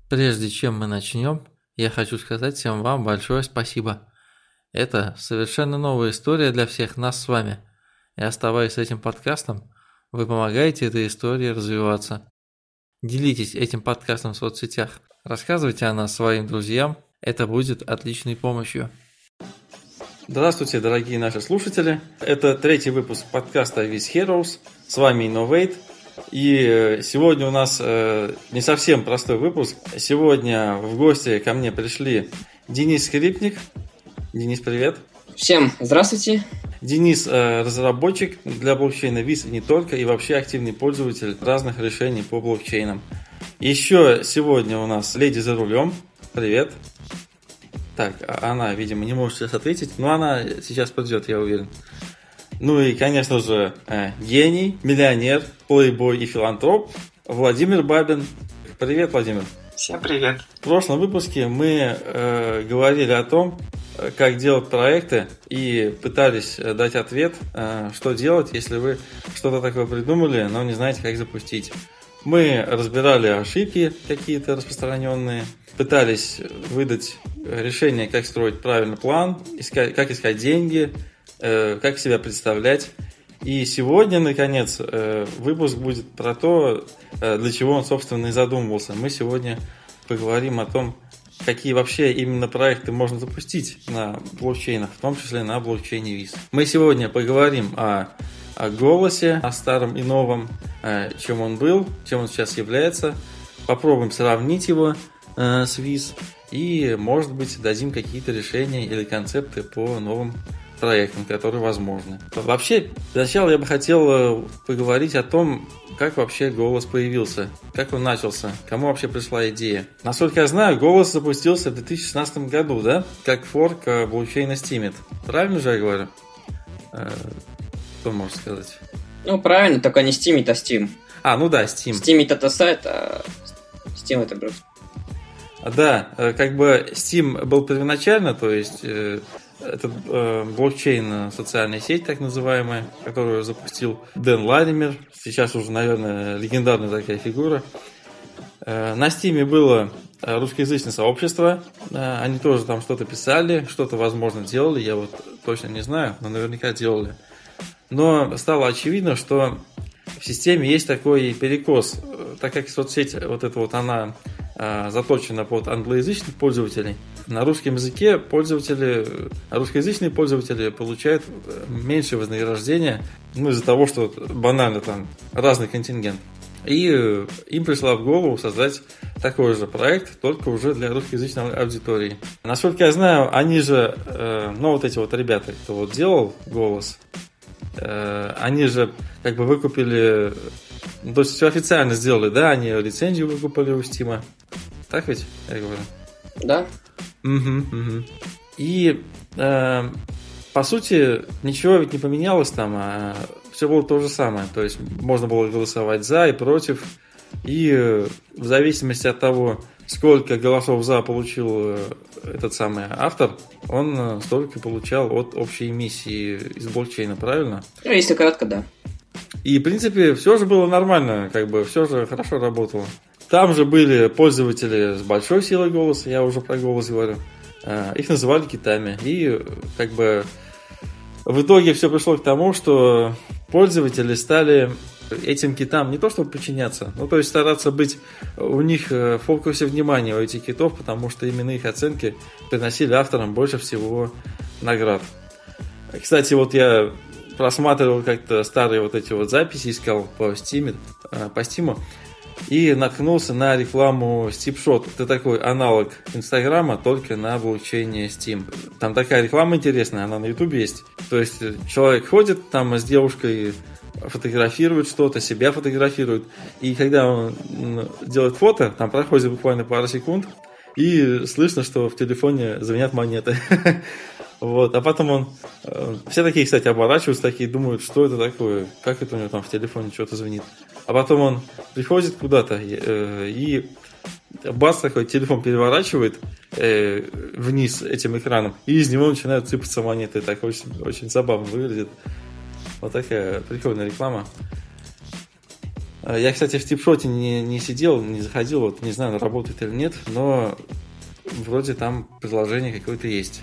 Прежде чем мы начнем, я хочу сказать всем вам большое спасибо. Это совершенно новая история для всех нас с вами. И оставаясь с этим подкастом, вы помогаете этой истории развиваться. Делитесь этим подкастом в соцсетях, рассказывайте о нас своим друзьям, это будет отличной помощью. Здравствуйте, дорогие наши слушатели. Это третий выпуск подкаста With Heroes. С вами Innovate. И сегодня у нас не совсем простой выпуск. Сегодня в гости ко мне пришли Денис Скрипник. Денис, привет. Всем здравствуйте. Денис разработчик для блокчейна ВИС и не только, и вообще активный пользователь разных решений по блокчейнам. Еще сегодня у нас леди за рулем. Привет. Так, она, видимо, не может сейчас ответить, но она сейчас придет, я уверен. Ну и, конечно же, гений, миллионер, плейбой и филантроп Владимир Бабин. Привет, Владимир. Всем привет. В прошлом выпуске мы говорили о том, как делать проекты, и пытались дать ответ, что делать, если вы что-то такое придумали, но не знаете, как запустить. Мы разбирали ошибки какие-то распространенные, пытались выдать решение, как строить правильный план, как искать деньги, как себя представлять. И сегодня, наконец, выпуск будет про то, для чего он, собственно, и задумывался. Мы сегодня поговорим о том, какие вообще именно проекты можно запустить на блокчейнах, в том числе на блокчейне ВИС. Мы сегодня поговорим о голосе, о старом и новом, чем он был, чем он сейчас является. Попробуем сравнить его с ВИС и, может быть, дадим какие-то решения или концепты по новым проектам, которые возможны. Вообще, сначала я бы хотел поговорить о том, как вообще голос появился, как он начался, кому вообще пришла идея. Насколько я знаю, голос запустился в 2016 году, да? Как форк блокчейна Steemit. Правильно же я говорю? Что можно сказать? Ну, правильно, только не Steemit, а Steam. Ну да, Steam. Steemit это сайт, а Steam это бренд. Да, как бы Steam был первоначально, то есть это блокчейн, социальная сеть так называемая, которую запустил Дэн Лаример, сейчас уже, наверное, легендарная такая фигура. На Steam было русскоязычное сообщество, они тоже там что-то писали, что-то, возможно, делали, я вот точно не знаю, но наверняка делали. Но стало очевидно, что в системе есть такой перекос, так как соцсеть вот эта вот она заточена под англоязычных пользователей. На русском языке русскоязычные пользователи получают меньше вознаграждения, из-за того, что банально там разный контингент. И им пришла в голову создать такой же проект, только уже для русскоязычной аудитории. Насколько я знаю, они же, вот эти вот ребята, кто вот делал голос, они же как бы выкупили, то есть все официально сделали, да, они лицензию выкупили у Стима. Так ведь, я говорю? Да. Угу. И по сути ничего ведь не поменялось там, все было то же самое. То есть можно было голосовать за и против. И в зависимости от того, сколько голосов за получил этот самый автор, он столько получал от общей эмиссии из блокчейна, правильно? Ну, если кратко, да. И в принципе все же было нормально, как бы все же хорошо работало. Там же были пользователи с большой силой голоса, я уже про голос говорю. Их называли китами. И как бы в итоге все пришло к тому, что пользователи стали этим китам не то чтобы подчиняться, то есть стараться быть у них в фокусе внимания у этих китов, потому что именно их оценки приносили авторам больше всего наград. Кстати, вот я просматривал как-то старые вот эти вот записи, искал по Steam, и наткнулся на рекламу Steepshot. Это такой аналог Инстаграма, только на блокчейне Steam. Там такая реклама интересная, она на Ютубе есть. То есть человек ходит там с девушкой, фотографирует что-то, себя фотографирует. И когда он делает фото, там проходит буквально пару секунд, и слышно, что в телефоне звенят монеты. Вот, а потом он... Все такие, кстати, оборачиваются, такие думают, что это такое, как это у него там в телефоне что-то звенит. А потом он приходит куда-то и бац, такой телефон переворачивает вниз этим экраном, и из него начинают сыпаться монеты. Так очень, очень забавно выглядит. Вот такая прикольная реклама. Я, кстати, в типшоте не сидел, не заходил, вот не знаю, работает или нет, но вроде там приложение какое-то есть.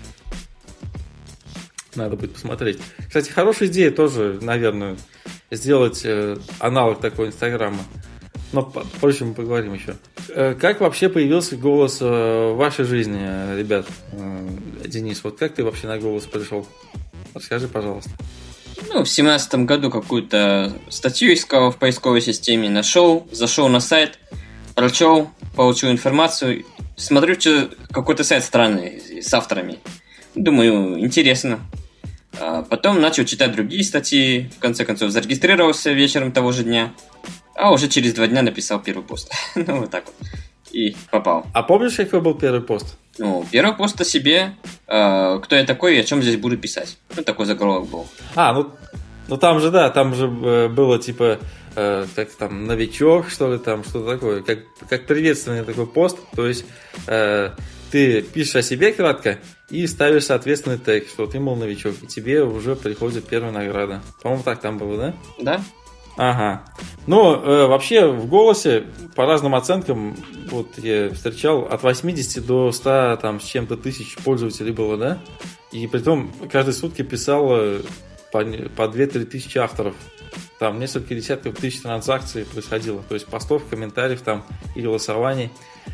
Надо будет посмотреть. Кстати, хорошая идея тоже, наверное, сделать аналог такого Инстаграма. Но позже мы поговорим еще. Как вообще появился голос в вашей жизни, ребят? Денис, вот как ты вообще на голос пришел? Расскажи, пожалуйста. Ну, в 2017 году какую-то статью искал в поисковой системе, нашел, зашел на сайт, прочел, получил информацию, смотрю, что какой-то сайт странный, с авторами. Думаю, интересно. Потом начал читать другие статьи, в конце концов зарегистрировался вечером того же дня, а уже через 2 дня написал первый пост. Ну, вот так вот. И попал. А помнишь, какой был первый пост? Ну, первый пост о себе, кто я такой и о чем здесь буду писать. Ну, такой заголовок был. Ну там же, да, там же было типа, как там, новичок, что ли, там, что-то такое, как приветственный такой пост, то есть ты пишешь о себе кратко и ставишь соответственный тег, что ты, мол, новичок, и тебе уже приходит первая награда. По-моему, так там было, да? Да. Ага. Ну, вообще, в голосе, по разным оценкам, вот я встречал, от 80 до 100 там, с чем-то тысяч пользователей было, да? И притом каждые сутки писало по 2-3 тысячи авторов. Там несколько десятков тысяч транзакций происходило. То есть постов, комментариев там и голосований.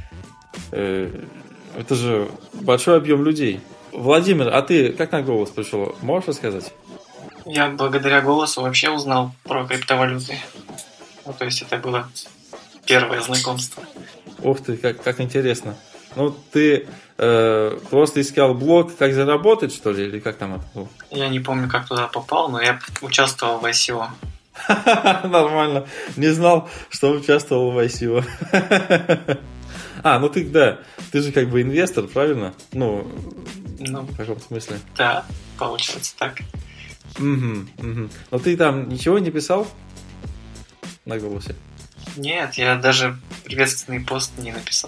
Это же большой объем людей. Владимир, а ты как на голос пришел? Можешь рассказать? Я благодаря голосу вообще узнал про криптовалюты. Ну, то есть это было первое знакомство. Ух ты, как интересно. Ну, ты просто искал блог, как заработать, что ли, или как там это было? Я не помню, как туда попал, но я участвовал в ICO. Нормально. Не знал, что участвовал в ICO. Ну ты, да, ты же как бы инвестор, правильно? Ну, в каком смысле? Да, получается так. Но ты там ничего не писал на голосе? Нет, я даже приветственный пост не написал.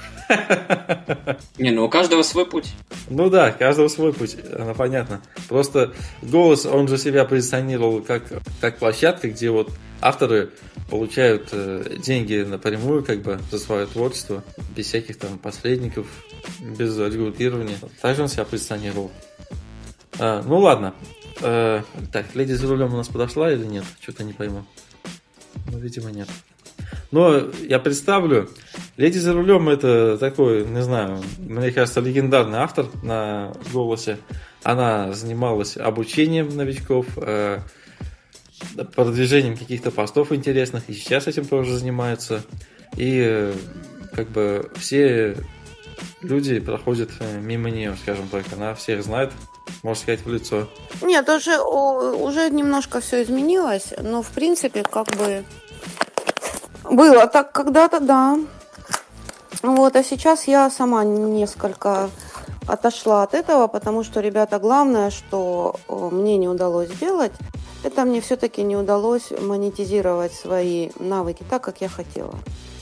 Не, ну у каждого свой путь. Ну да, каждого свой путь, понятно. Просто голос, он же себя позиционировал как площадка, где вот авторы получают деньги напрямую как бы за свое творчество, без всяких там посредников, без регулирования. Так же он себя позиционировал. Ну ладно. Так, леди за рулем у нас подошла или нет? Что-то не пойму. Ну, видимо, нет. Но я представлю, леди за рулем это такой, не знаю, мне кажется, легендарный автор на голосе. Она занималась обучением новичков, продвижением каких-то постов интересных, и сейчас этим тоже занимается. И как бы все люди проходят мимо нее, скажем так. Она всех знает, можно сказать, в лицо. Нет, уже немножко все изменилось, но в принципе как бы было так когда-то, да. Вот, а сейчас я сама несколько отошла от этого, потому что, ребята, главное, что мне не удалось сделать, это мне все-таки не удалось монетизировать свои навыки так, как я хотела.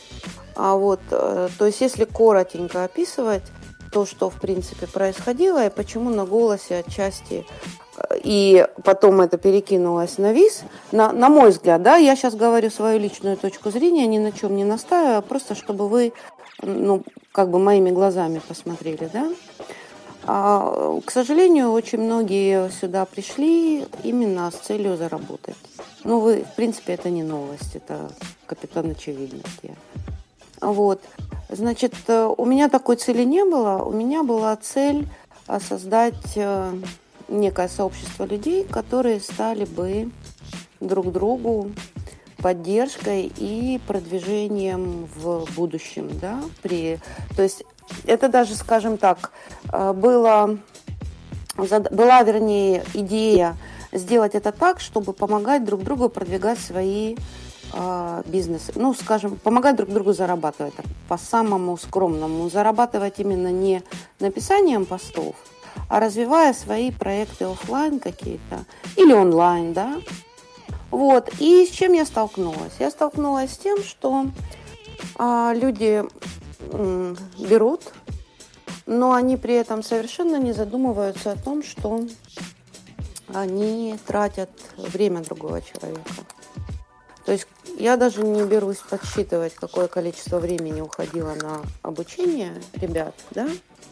То есть, если коротенько описывать то, что, в принципе, происходило, и почему на голосе отчасти, и потом это перекинулось на ВИС, на мой взгляд, да, я сейчас говорю свою личную точку зрения, ни на чем не настаиваю, просто чтобы вы, как бы моими глазами посмотрели, да. К сожалению, очень многие сюда пришли именно с целью заработать. В принципе, это не новость, это капитан очевидность. Значит, у меня такой цели не было. У меня была цель создать некое сообщество людей, которые стали бы друг другу поддержкой и продвижением в будущем, да. То есть это даже, скажем так, была, вернее, идея сделать это так, чтобы помогать друг другу продвигать свои бизнесы. Скажем, помогать друг другу зарабатывать по самому скромному. Зарабатывать именно не написанием постов, а развивая свои проекты офлайн какие-то или онлайн, да. И с чем я столкнулась? Я столкнулась с тем, что люди берут, но они при этом совершенно не задумываются о том, что они тратят время другого человека. То есть Я даже не берусь подсчитывать, какое количество времени уходило на обучение ребят, да.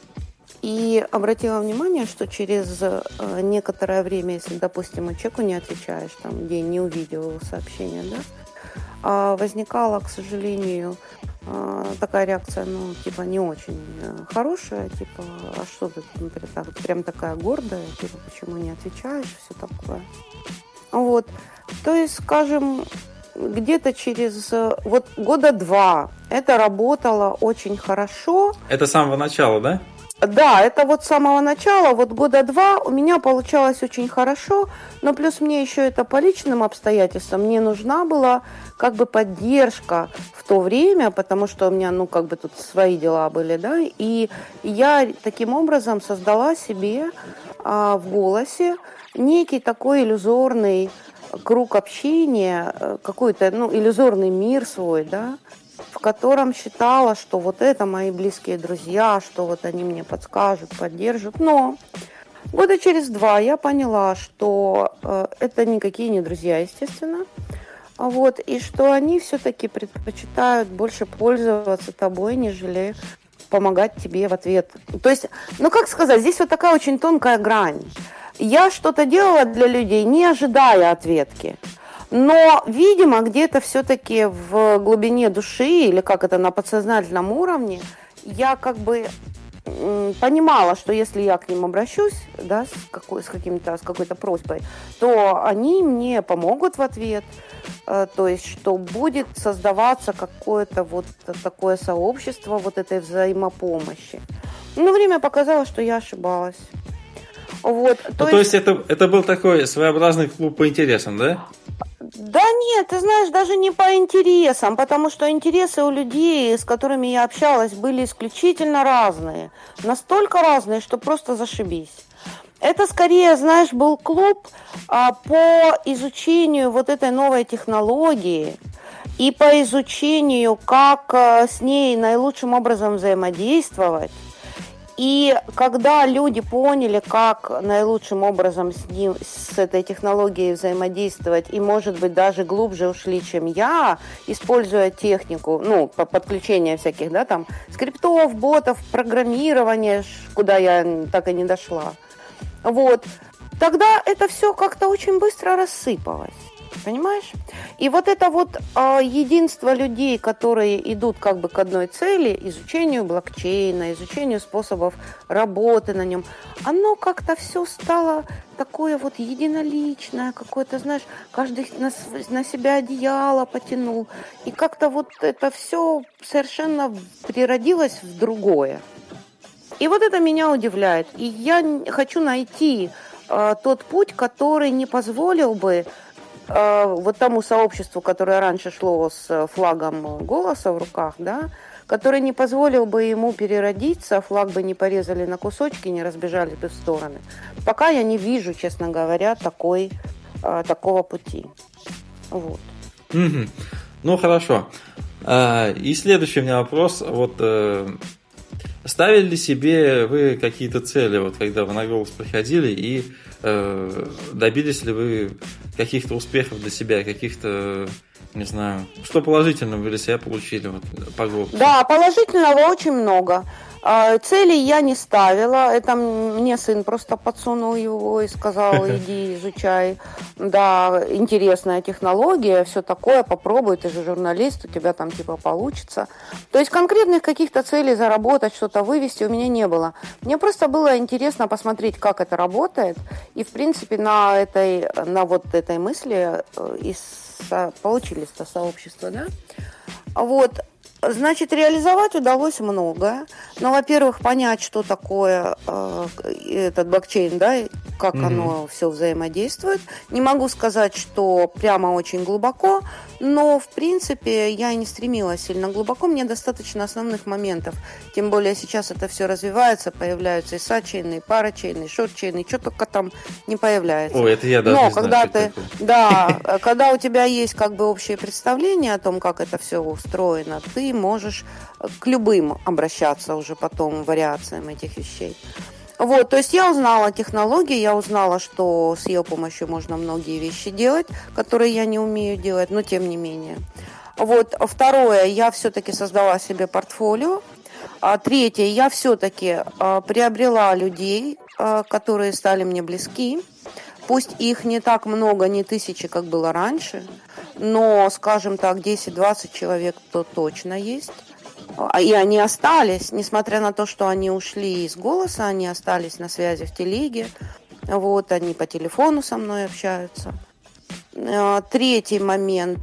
И обратила внимание, что через некоторое время, если, допустим, человеку не отвечаешь, там, день не увидел сообщения, да, возникала, к сожалению, такая реакция, ну, типа, не очень хорошая, типа, а что ты, например, прям такая гордая, типа, почему не отвечаешь, все такое. Вот, то есть, скажем, где-то через вот года 2 это работало очень хорошо. Это с самого начала, да? Да, это вот с самого начала, вот года 2 у меня получалось очень хорошо, но плюс мне еще это по личным обстоятельствам, мне нужна была как бы поддержка в то время, потому что у меня, ну, как бы тут свои дела были, да, и я таким образом создала себе в голосе некий такой иллюзорный круг общения, какой-то, ну, иллюзорный мир свой, да, в котором считала, что вот это мои близкие друзья, что вот они мне подскажут, поддержат. Но года через 2 я поняла, что это никакие не друзья, естественно. Вот, и что они все-таки предпочитают больше пользоваться тобой, нежели помогать тебе в ответ. То есть, ну как сказать, здесь вот такая очень тонкая грань. Я что-то делала для людей, не ожидая ответки. Но, видимо, где-то все-таки в глубине души, или как это, на подсознательном уровне, я как бы понимала, что если я к ним обращусь, да, с какой-то просьбой, то они мне помогут в ответ, то есть что будет создаваться какое-то вот такое сообщество вот этой взаимопомощи. Но время показало, что я ошибалась. Вот, то есть это был такой своеобразный клуб по интересам, да? Да нет, ты знаешь, даже не по интересам, потому что интересы у людей, с которыми я общалась, были исключительно разные. Настолько разные, что просто зашибись. Это скорее, знаешь, был клуб по изучению вот этой новой технологии и по изучению, как с ней наилучшим образом взаимодействовать. И когда люди поняли, как наилучшим образом с этой технологией взаимодействовать, и, может быть, даже глубже ушли, чем я, используя технику, ну, подключения всяких, да, там, скриптов, ботов, программирования, куда я так и не дошла, вот, тогда это все как-то очень быстро рассыпалось. Понимаешь? И вот это вот единство людей, которые идут как бы к одной цели, изучению блокчейна, изучению способов работы на нем, оно как-то все стало такое вот единоличное, какое-то, знаешь, каждый на себя одеяло потянул. И как-то вот это все совершенно переродилось в другое. И вот это меня удивляет. И я хочу найти тот путь, который не позволил бы вот тому сообществу, которое раньше шло с флагом голоса в руках, да, который не позволил бы ему переродиться, флаг бы не порезали на кусочки, не разбежали бы в стороны. Пока я не вижу, честно говоря, такого пути. Вот. Mm-hmm. Ну, хорошо. И следующий у меня вопрос. Вот ставили ли себе вы какие-то цели, вот когда вы на голос приходили, и добились ли вы каких-то успехов для себя, каких-то, не знаю, что положительного вы для себя получили вот, по голосу? Да, положительного очень много. Целей я не ставила, это мне сын просто подсунул его и сказал, иди изучай, да, интересная технология, все такое, попробуй, ты же журналист, у тебя там типа получится. То есть конкретных каких-то целей заработать, что-то вывести у меня не было. Мне просто было интересно посмотреть, как это работает, и в принципе на вот этой мысли получились это сообщество, да, вот. Значит, реализовать удалось многое. Но, во-первых, понять, что такое этот блокчейн, да, и как оно все взаимодействует. Не могу сказать, что прямо очень глубоко, но, в принципе, я и не стремилась сильно глубоко. Мне достаточно основных моментов. Тем более сейчас это все развивается, появляются и сачейны, и парачейны, и шортчейны, что только там не появляется. Ой, это я даже не знаю, когда у тебя есть как бы общее представление о том, как это все устроено, ты можешь к любым обращаться уже потом вариациям этих вещей. Вот, то есть я узнала технологии, я узнала, что с ее помощью можно многие вещи делать, которые я не умею делать, но тем не менее. Вот, второе, я все-таки создала себе портфолио. Третье, я все-таки приобрела людей, которые стали мне близки. Пусть их не так много, не тысячи, как было раньше, но, скажем так, 10-20 человек то точно есть. И они остались, несмотря на то, что они ушли из «Голоса», они остались на связи в телеге. Вот, они по телефону со мной общаются. Третий момент,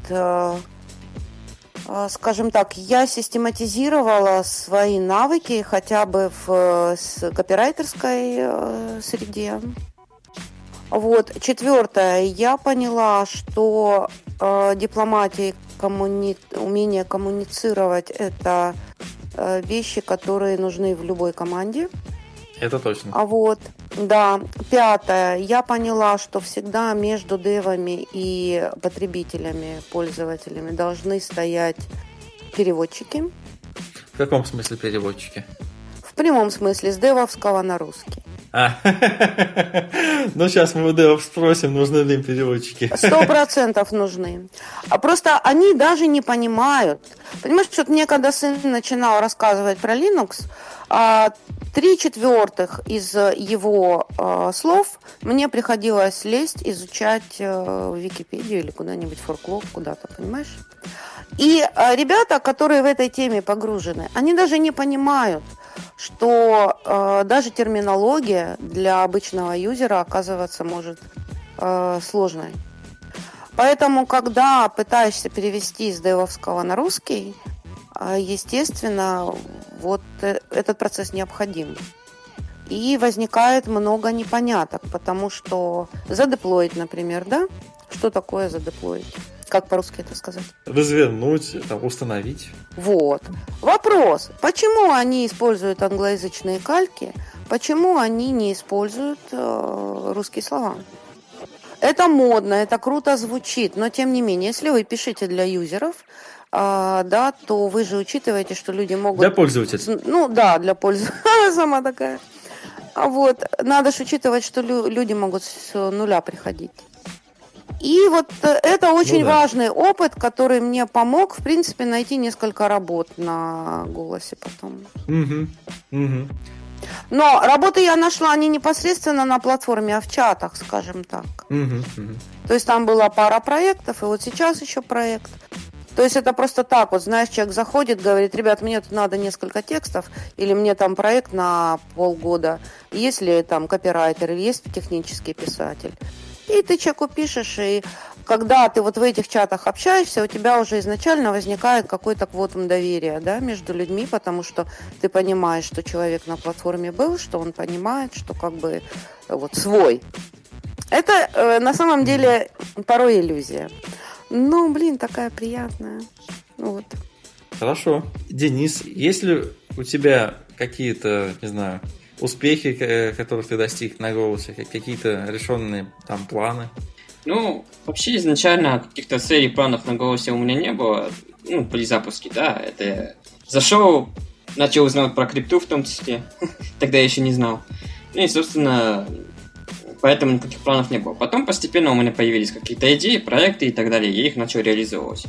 скажем так, я систематизировала свои навыки хотя бы в копирайтерской среде. Вот. Четвертое, я поняла, что дипломатия, умение коммуницировать – это вещи, которые нужны в любой команде. Это точно. Вот, да. Пятое, я поняла, что всегда между девами и потребителями, пользователями должны стоять переводчики. В каком смысле переводчики? В прямом смысле, с девовского на русский. Ну, сейчас мы у девов спросим, нужны ли им переводчики. 100% нужны. А просто они даже не понимают. Понимаешь, что мне, когда сын начинал рассказывать про Linux, 3/4 из его слов мне приходилось лезть, изучать в Википедию или куда-нибудь форклог, куда-то, понимаешь? И ребята, которые в этой теме погружены, они даже не понимают, что даже терминология для обычного юзера, оказывается, может сложной. Поэтому, когда пытаешься перевести с девовского на русский, естественно, вот этот процесс необходим. И возникает много непоняток, потому что задеплоить, например, да? Что такое задеплоить? Как по-русски это сказать? Развернуть, установить. Вот. Вопрос. Почему они используют англоязычные кальки? Почему они не используют русские слова? Это модно, это круто звучит, но тем не менее, если вы пишете для юзеров, да, то вы же учитываете, что люди могут... Для пользователей. Ну да, для пользователей. Сама такая. Вот. Надо же учитывать, что люди могут с нуля приходить. И вот это очень важный опыт, который мне помог, в принципе, найти несколько работ на «Голосе» потом. Но работы я нашла не непосредственно на платформе, а в чатах, скажем так. То есть там была пара проектов, и вот сейчас еще проект. То есть это просто так, вот знаешь, человек заходит, говорит: ребят, мне тут надо несколько текстов, или мне там проект на полгода, есть ли там копирайтер, или есть технический писатель. И ты человеку пишешь, и когда ты вот в этих чатах общаешься, у тебя уже изначально возникает какой-то квотум доверия, да, между людьми, потому что ты понимаешь, что человек на платформе был, что он понимает, что как бы вот свой. Это на самом деле порой иллюзия. Ну, блин, такая приятная. Вот. Хорошо. Денис, есть ли у тебя какие-то, не знаю, успехи, которых ты достиг на «Голосе, какие-то решенные там планы? Ну, вообще изначально каких-то целей, планов на «Голосе» у меня не было. Ну, при запуске, да. Это зашел, начал узнавать про крипту в том числе. Тогда я еще не знал. Ну и, собственно, поэтому никаких планов не было. Потом постепенно у меня появились какие-то идеи, проекты и так далее. Я их начал реализовывать.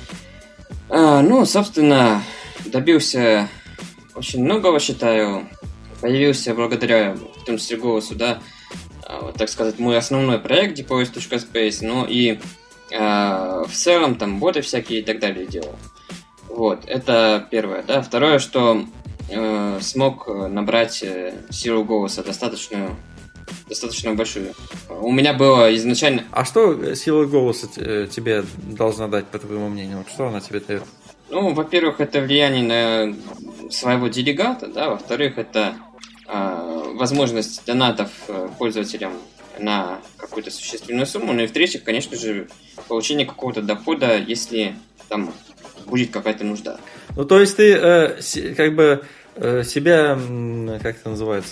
Ну, собственно, добился очень многого, считаю. Появился благодаря, в том числе, «Голосу», да, так сказать, мой основной проект depois.space, ну и в целом там боты всякие и так далее делал. Вот, это первое, да. Второе, что смог набрать силу «Голоса» достаточно большую. У меня было изначально... А что сила «Голоса» тебе должна дать, по твоему мнению? Вот что она тебе дает? Ну, во-первых, это влияние на своего делегата, да, во-вторых, это возможность донатов пользователям на какую-то существенную сумму, ну и в-третьих, конечно же, получение какого-то дохода, если там будет какая-то нужда. Ну, то есть ты как бы себя, как это называется,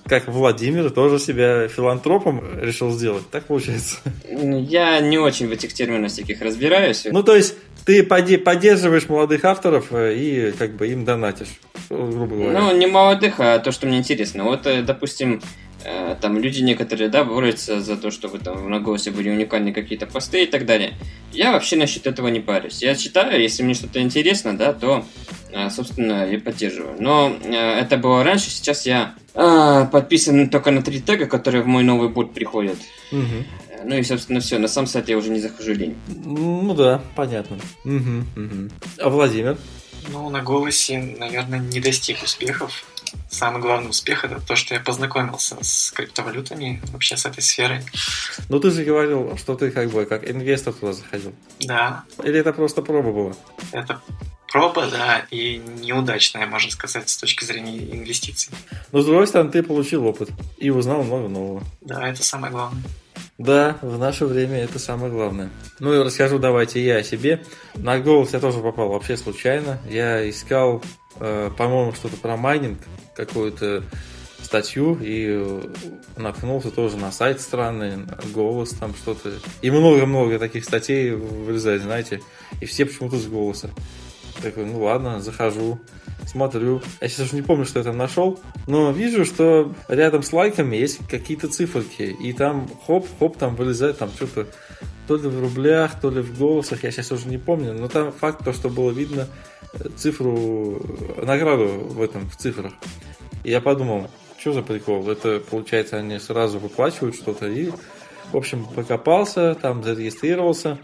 как Владимир тоже себя филантропом решил сделать. Так получается. Я не очень в этих терминах всяких разбираюсь. Ну, то есть, ты поддерживаешь молодых авторов и как бы им донатишь, грубо говоря. Ну, не молодых, а то, что мне интересно. Вот, допустим, там люди некоторые, да, борются за то, чтобы там на Голосе были уникальные какие-то посты и так далее. Я вообще насчет этого не парюсь. Я читаю, если мне что-то интересно, да, то, собственно, я поддерживаю. Но это было раньше, сейчас я подписан только на 3 тега, которые в мой новый бот приходят. Угу. Ну и, собственно, все. На сам сайт я уже не захожу, лень. Ну да, понятно. Угу. А Владимир? Ну, на Голосе, наверное, не достиг успехов. Самый главный успех — это то, что я познакомился с криптовалютами, вообще с этой сферой. Ну ты же говорил, что ты как бы как инвестор туда заходил. Да. Или это просто проба была? Это проба, да, и неудачная, можно сказать, с точки зрения инвестиций. Но с другой стороны, ты получил опыт и узнал много нового. Да, это самое главное. Да, в наше время это самое главное. Ну и расскажу давайте я о себе. На Голос я тоже попал вообще случайно. Я искал, по-моему, что-то про майнинг, какую-то статью, и наткнулся тоже на сайт странный, Голос там что-то. И много-много таких статей вылезает, знаете, и все почему-то с Голоса. Такой, ну ладно, захожу, смотрю. Я сейчас уже не помню, что я там нашел, но вижу, что рядом с лайками есть какие-то циферки, и там хоп, там вылезает там что-то то ли в рублях, то ли в голосах, я сейчас уже не помню, но там факт то, что было видно цифру, награду в цифрах. И я подумал, что за прикол, это получается они сразу выплачивают что-то, и в общем покопался, там зарегистрировался.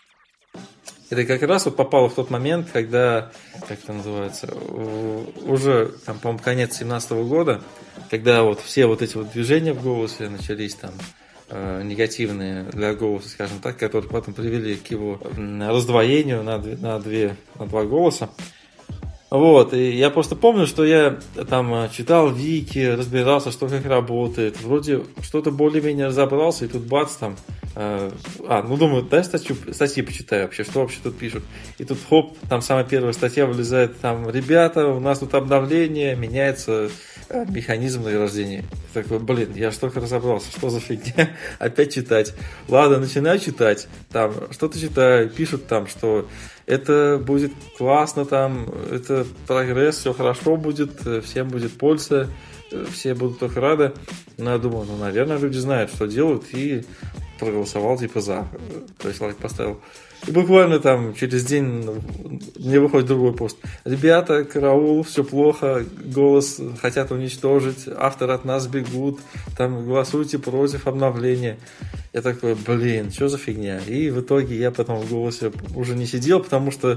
Это как раз вот попало в тот момент, когда, как это называется, уже, там, по-моему, конец 2017 года, когда вот все вот эти вот движения в Голосе начались там негативные для Голоса, скажем так, которые потом привели к его раздвоению на два голоса. Вот, и я просто помню, что я там читал вики, разбирался, что как работает, вроде что-то более-менее разобрался, и тут бац, там, думаю, дай статьи почитаю вообще, что вообще тут пишут. И тут хоп, там самая первая статья вылезает, там, ребята, у нас тут обновление, меняется механизм награждения. Такой, блин, я ж только разобрался, что за фигня, опять читать. Ладно, начинаю читать, там, что-то читаю, пишут там, что это будет классно, там, это прогресс, все хорошо будет, всем будет польза, все будут только рады. Но я думаю, наверное, люди знают, что делают, и проголосовал типа за, то есть лайк поставил. И буквально там через день мне выходит другой пост. Ребята, караул, все плохо, Голос хотят уничтожить, авторы от нас бегут, там голосуйте против обновления. Я такой, блин, что за фигня? И в итоге я потом в Голосе уже не сидел, потому что,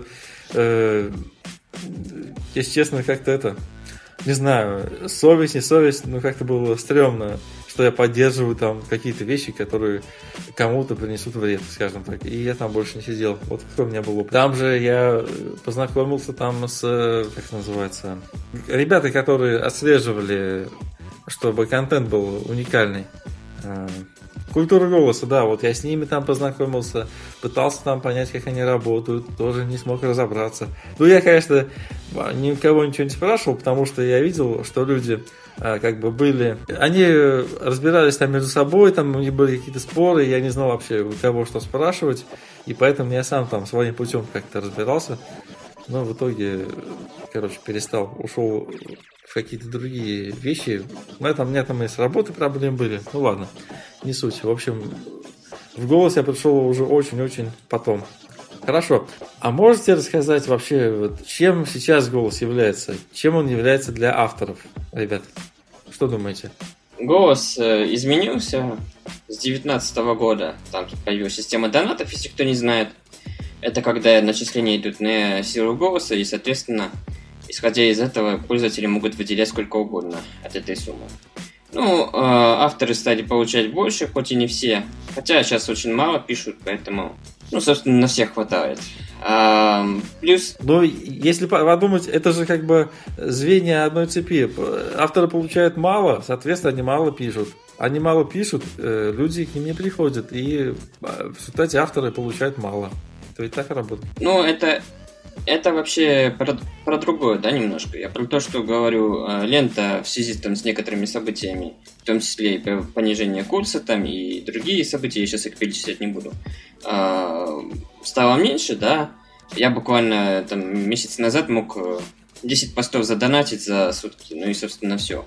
если честно, как-то не знаю, совесть, не совесть, как-то было стрёмно, что я поддерживаю там какие-то вещи, которые кому-то принесут вред, скажем так. И я там больше не сидел. Вот какой у меня был опыт. Там же я познакомился там с, как называется, ребята, которые отслеживали, чтобы контент был уникальный. Культура голоса, да, вот я с ними там познакомился, пытался там понять, как они работают, тоже не смог разобраться. Ну, я, конечно, никого ничего не спрашивал, потому что я видел, что люди как бы были, они разбирались там между собой, там у них были какие-то споры, я не знал вообще, у кого что спрашивать, и поэтому я сам там своим путем как-то разбирался, но в итоге, перестал, ушел в какие-то другие вещи. У меня там и с работы проблемы были. Ну ладно, не суть. В общем, в Голос я пришел уже очень-очень потом. Хорошо. А можете рассказать вообще, вот, чем сейчас Голос является? Чем он является для авторов, ребят? Что думаете? Голос изменился с 2019 года. Там появилась система донатов, если кто не знает. Это когда начисления идут на силу голоса, и, соответственно, исходя из этого, пользователи могут выделять сколько угодно от этой суммы. Авторы стали получать больше, хоть и не все. Хотя сейчас очень мало пишут, поэтому, собственно, на всех хватает. Плюс... если подумать, это же как бы звенья одной цепи. Авторы получают мало, соответственно, они мало пишут. Они мало пишут, люди к ним не приходят. И в результате авторы получают мало. Это ведь так работает. Это Это вообще про другое, да, немножко. Я про то, что говорю, лента в связи там, с некоторыми событиями, в том числе и понижение курса там, и другие события, я сейчас их перечислять не буду, стало меньше, да. Я буквально там месяц назад мог 10 постов задонатить за сутки, ну и, собственно, все.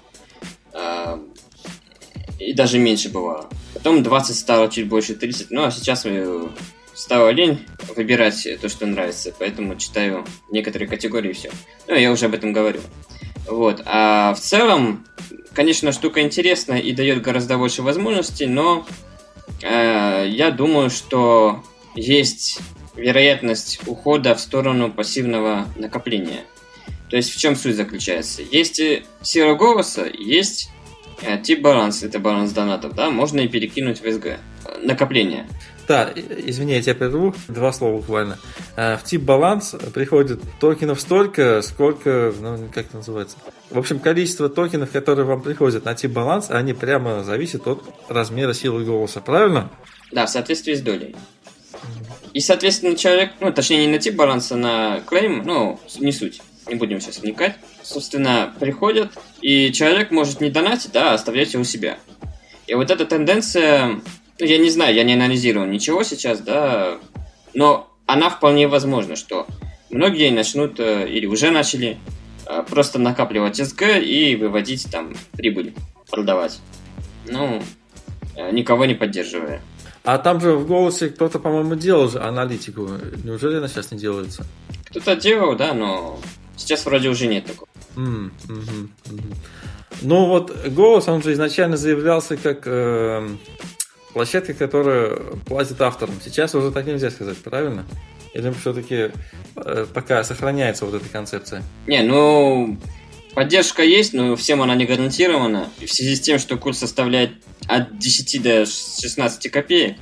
И даже меньше бывало. Потом 20 стало чуть больше 30, ну а сейчас стало лень выбирать то, что нравится, поэтому читаю некоторые категории и все. Ну, я уже об этом говорю. Вот. А в целом, конечно, штука интересная и дает гораздо больше возможностей, но я думаю, что есть вероятность ухода в сторону пассивного накопления. То есть в чем суть заключается? Есть сила голоса, есть тип баланс, это баланс донатов, да, можно и перекинуть в СГ. Накопление. Да, извини, я тебя прерву, 2 слова буквально. В тип баланс приходит токенов столько, сколько, ну, как это называется? В общем, количество токенов, которые вам приходят на тип баланс, они прямо зависят от размера силы голоса, правильно? Да, в соответствии с долей. И, соответственно, человек, ну, точнее, не на тип баланса, на клейм, ну, не суть, не будем сейчас вникать. Собственно, приходят, и человек может не донатить, да, а оставлять его у себя. И вот эта тенденция... Ну, я не знаю, я не анализировал ничего сейчас, да, но она вполне возможна, что многие начнут или уже начали просто накапливать СГ и выводить там прибыль, продавать. Ну, никого не поддерживая. А там же в голосе кто-то, по-моему, делал же аналитику. Неужели она сейчас не делается? Кто-то делал, да, но сейчас вроде уже нет такого. Ну вот голос, он же изначально заявлялся как... площадка, которая платит авторам. Сейчас уже так нельзя сказать, правильно? Или все-таки пока сохраняется вот эта концепция? Не, ну, поддержка есть, но всем она не гарантирована. И в связи с тем, что курс составляет от 10 до 16 копеек,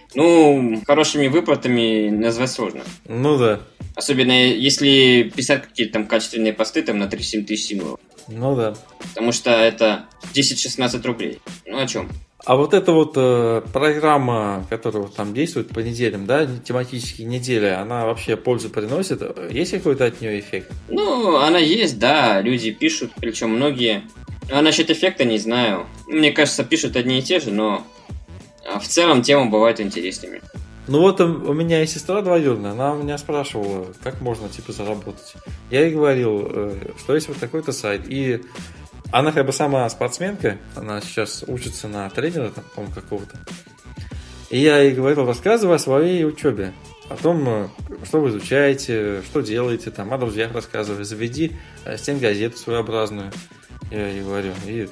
ну, хорошими выплатами назвать сложно. Ну да. Особенно если писать какие-то там качественные посты там на 3-7 тысяч символов. Ну да. Потому что это 10-16 рублей. Ну о чем? А вот эта вот программа, которая вот там действует по неделям, да, тематические недели, она вообще пользу приносит? Есть какой-то от нее эффект? Ну, она есть, да, люди пишут, причем многие. А насчет эффекта не знаю. Мне кажется, пишут одни и те же, но в целом тема бывает интересными. Ну вот у меня есть сестра двоюродная, она у меня спрашивала, как можно типа заработать. Я ей говорил, что есть вот такой-то сайт, и она как бы сама спортсменка, она сейчас учится на тренера, там, по-моему, какого-то. И я ей говорил, рассказывай о своей учебе, о том, что вы изучаете, что делаете, там, о друзьях рассказывай, заведи стенгазету своеобразную, я ей говорю, и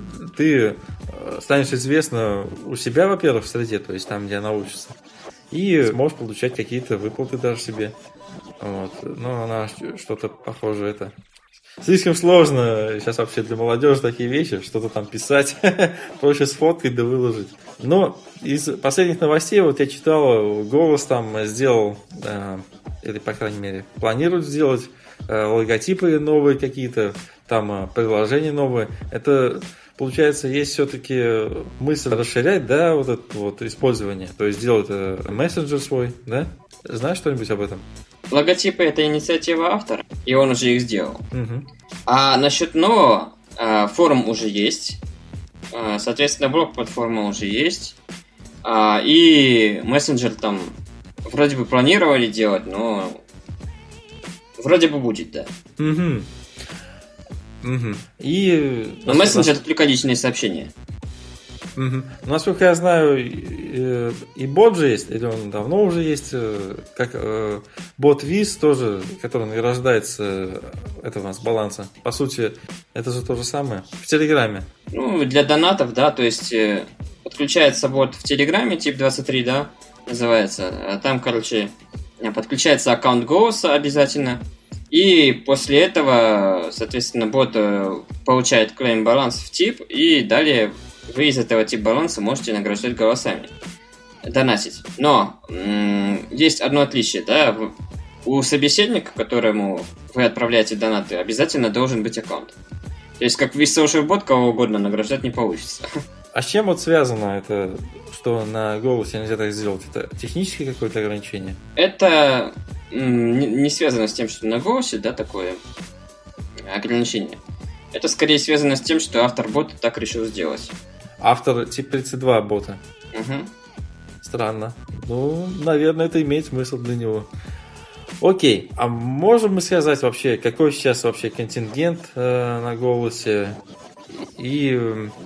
ты станешь известна у себя, во-первых, в среде, то есть там, где она учится, и сможешь получать какие-то выплаты даже себе. Вот. Но она что-то похоже это... Слишком сложно сейчас вообще для молодежи такие вещи, что-то там писать, проще сфоткать да выложить. Но из последних новостей, вот я читал, Голос там сделал, или по крайней мере планирует сделать логотипы новые какие-то, там приложения новые. Это, получается, есть все-таки мысль расширять, да, вот это вот использование, то есть сделать мессенджер свой, да? Знаешь что-нибудь об этом? Логотипы — это инициатива автора, и он уже их сделал. Угу. А насчет нового, форум уже есть, соответственно, блог-платформа уже есть, и мессенджер там вроде бы планировали делать, но вроде бы будет, да. Угу. Угу. И... Но мессенджер — это только личные сообщения. Угу. Насколько я знаю, и бот же есть, или он давно уже есть, как бот Виз тоже, который награждается, это у нас баланса. По сути, это же то же самое. В Телеграме. Ну, для донатов, да, то есть подключается бот в Телеграме, тип 23, да, называется. Там, короче, подключается аккаунт Голоса обязательно. И после этого, соответственно, бот получает клейм баланс в тип, и далее вы из этого типа баланса можете награждать голосами, донатить. Но есть одно отличие, да, у собеседника, которому вы отправляете донаты, обязательно должен быть аккаунт. То есть, как весь social bot, кого угодно награждать не получится. А с чем вот связано это, что на голосе нельзя так сделать? Это техническое какое-то ограничение? Это не связано с тем, что на голосе, да, такое ограничение. Это скорее связано с тем, что автор бота так решил сделать. Автор тип 32 бота. Угу. Странно. Ну, наверное, это имеет смысл для него. Окей, а можем мы сказать вообще, какой сейчас вообще контингент на голосе? И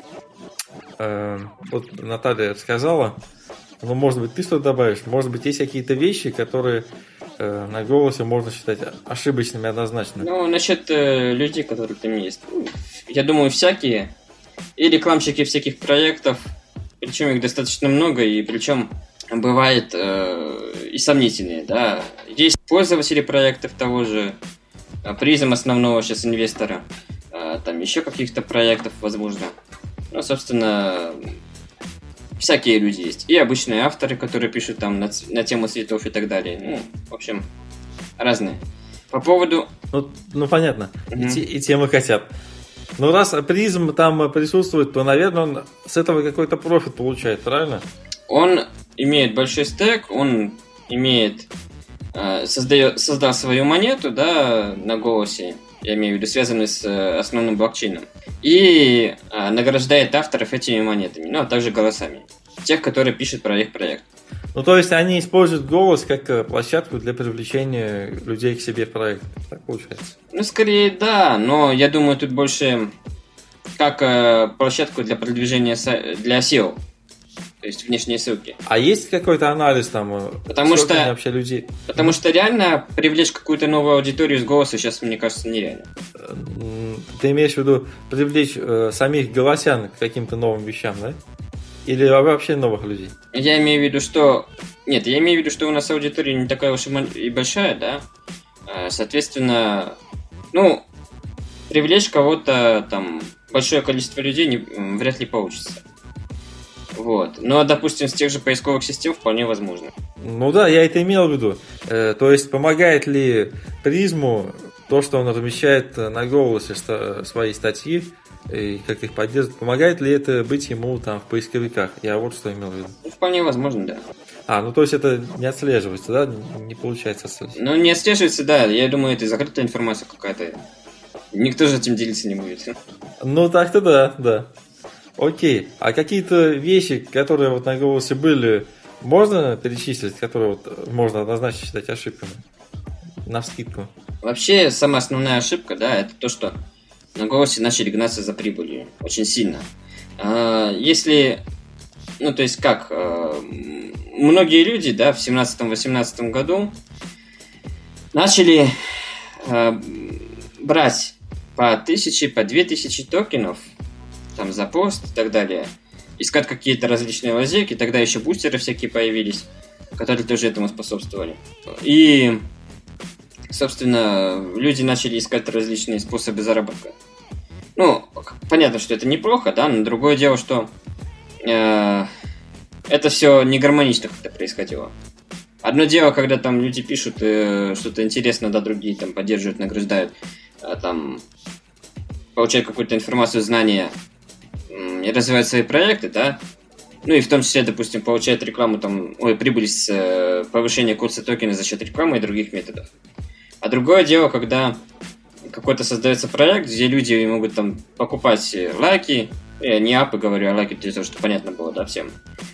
вот Наталья сказала, ну, может быть, ты что-то добавишь? Может быть, есть какие-то вещи, которые на голосе можно считать ошибочными однозначно? Ну, насчет людей, которые там есть. Я думаю, всякие. И рекламщики всяких проектов. Причем их достаточно много, и причем бывает и сомнительные, да. Есть пользователи проектов того же, призм основного сейчас инвестора, там еще каких-то проектов, возможно. Ну, собственно, всякие люди есть. И обычные авторы, которые пишут там на тему цветов и так далее. Ну, в общем, разные. По поводу... Ну понятно. И темы хотят. Но раз призм там присутствует, то, наверное, он с этого какой-то профит получает, правильно? Он имеет большой стек, он имеет... создал свою монету, да, на голосе, я имею в виду, связанную с основным блокчейном, и награждает авторов этими монетами, ну, а также голосами. Тех, которые пишут про их проект. Ну, то есть они используют голос как площадку для привлечения людей к себе в проект. Так получается? Ну, скорее, да, но я думаю, тут больше как площадку для продвижения для SEO. То есть внешние ссылки. А есть какой-то анализ там? Потому что вообще людей? Потому что реально привлечь какую-то новую аудиторию с голоса сейчас, мне кажется, нереально. Ты имеешь в виду привлечь самих голосян к каким-то новым вещам, да? Или вообще новых людей? Я имею в виду, что... Нет, я имею в виду, что у нас аудитория не такая уж и большая, да? Соответственно, ну, привлечь кого-то, там, большое количество людей вряд ли получится. Вот. Но, допустим, с тех же поисковых систем вполне возможно. Ну да, я это имел в виду. То есть, помогает ли призму то, что он размещает на голосе свои статьи, и как их поддерживает, помогает ли это быть ему там в поисковиках? Я вот что имел в виду. Ну, вполне возможно, да. Ну то есть это не отслеживается, да? Не получается отслеживать. Ну, не отслеживается, да. Я думаю, это закрытая информация какая-то. Никто же этим делиться не будет. Ну так-то да. Окей. А какие-то вещи, которые вот на голосе были, можно перечислить, которые вот можно однозначно считать ошибками? Навскидку. Вообще, самая основная ошибка, да, это то, что на голосе начали гнаться за прибылью. Очень сильно. Если... Ну, то есть как? Многие люди, да, в 17-18 году начали брать по 1000, по 2000 токенов там за пост и так далее. Искать какие-то различные лазейки. Тогда еще бустеры всякие появились, которые тоже этому способствовали. И, собственно, люди начали искать различные способы заработка. Ну, понятно, что это неплохо, да, но другое дело, что это все не гармонично как-то происходило. Одно дело, когда там люди пишут что-то интересное, да, другие там поддерживают, награждают, там получают какую-то информацию, знания и развивают свои проекты, да. Ну и в том числе, допустим, получают рекламу, там, прибыль с повышения курса токена за счет рекламы и других методов. А другое дело, когда какой-то создается проект, где люди могут там покупать лайки, я не апы говорю, а лайки для того, чтобы понятно было, да, всем.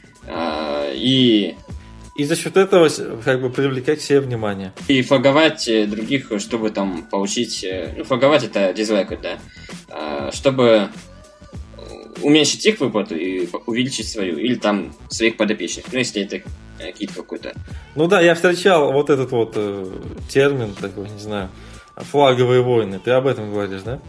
И за счет этого как бы привлекать к себе внимание. И флаговать других, чтобы там получить... Ну, флаговать это дизлайкать, да. Чтобы уменьшить их выплату и увеличить свою. Или там своих подопечных. Ну, если это кит какой-то. Ну да, я встречал вот этот вот термин такой, не знаю, флаговые войны. Ты об этом говоришь, да?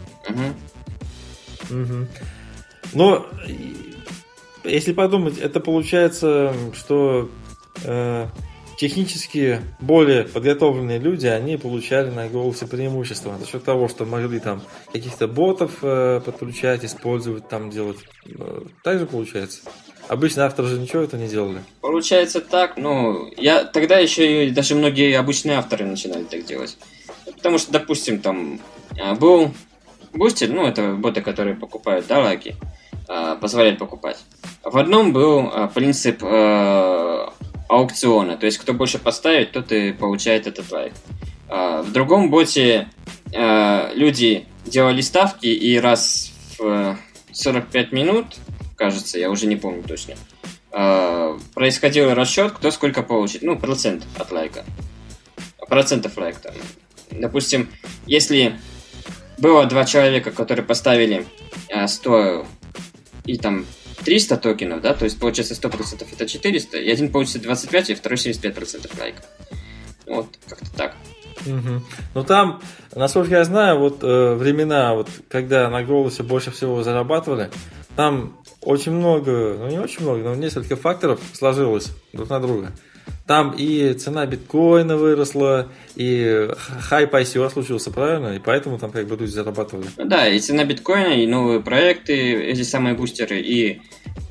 Угу. Но если подумать, это получается, что технически более подготовленные люди, они получали на голосе преимущество за счет того, что могли там каких-то ботов подключать, использовать, там делать. Так же получается? Обычно авторы же ничего этого не делали. Получается так, но тогда еще и даже многие обычные авторы начинали так делать. Потому что, допустим, там был бустер, ну это боты, которые покупают, да, лайки, позволяют покупать. В одном был принцип аукциона. То есть, кто больше поставит, тот и получает этот лайк. В другом боте люди делали ставки, и раз в 45 минут, кажется, я уже не помню точно, происходил расчет, кто сколько получит. Ну, процент от лайка. Процентов лайк там. Допустим, если было 2 человека, которые поставили 100 и там 300 токенов, да, то есть получается 100% это 400, и один получится 25, и второй 75% лайка. Вот, как-то так. Угу. Ну там, насколько я знаю, вот времена, вот когда на голосе больше всего зарабатывали, там очень много, ну не очень много, но несколько факторов сложилось друг на друга. Там и цена биткоина выросла, и хайп ICO случился, правильно? И поэтому там как бы люди зарабатывали. Да, и цена биткоина, и новые проекты, эти самые бустеры, и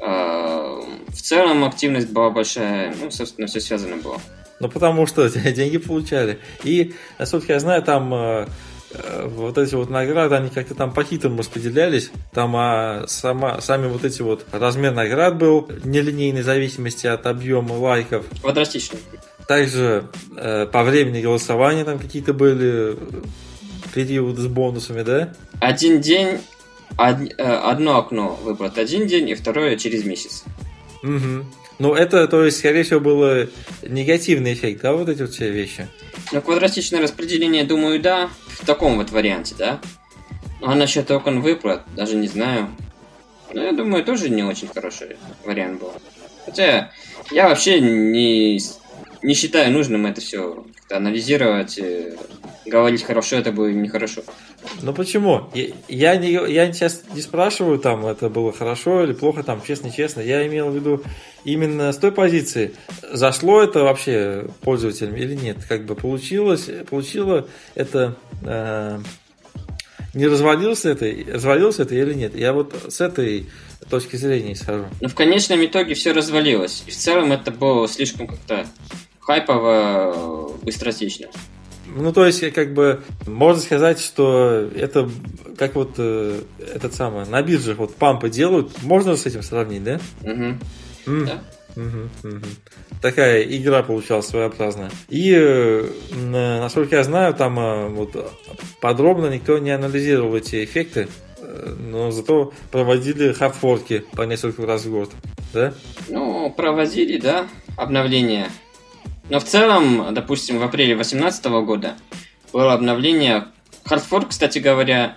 в целом активность была большая, ну, собственно, все связано было. Ну, потому что деньги получали. И, насколько я знаю, там вот эти вот награды, они как-то там по-хитрому распределялись. Там сами вот эти вот размер наград был нелинейной в зависимости от объема лайков. Квадратичный. Также по времени голосования там какие-то были периоды с бонусами, да? Один день, одно окно выбрать один день, и второе через месяц. Угу. Ну, это, то есть, скорее всего, было негативный эффект, да, вот эти вот все вещи? Ну, квадратичное распределение, думаю, да, в таком вот варианте, да. Ну, а насчет окон выплат, даже не знаю. Но я думаю, тоже не очень хороший вариант был. Хотя, я вообще не считаю нужным это все анализировать, говорить, хорошо это было или нехорошо. Ну почему? Я сейчас не спрашиваю, там, это было хорошо или плохо, там, честно-честно. Я имел в виду именно с той позиции, зашло это вообще пользователям или нет. Как бы получило это, не развалилось это или нет. Я вот с этой точки зрения исхожу. Но в конечном итоге все развалилось. И в целом это было слишком как-то хайпово, быстротечно. Ну, то есть, как бы, можно сказать, что это как вот этот самый, на биржах вот пампы делают, можно с этим сравнить, да? Угу. Да. Такая игра получалась своеобразная. И, насколько я знаю, там вот подробно никто не анализировал эти эффекты, но зато проводили хардфорки по несколько раз в год, да? Ну, проводили, да, обновления. Но в целом, допустим, в апреле 2018 года было обновление. Хардфорк, кстати говоря,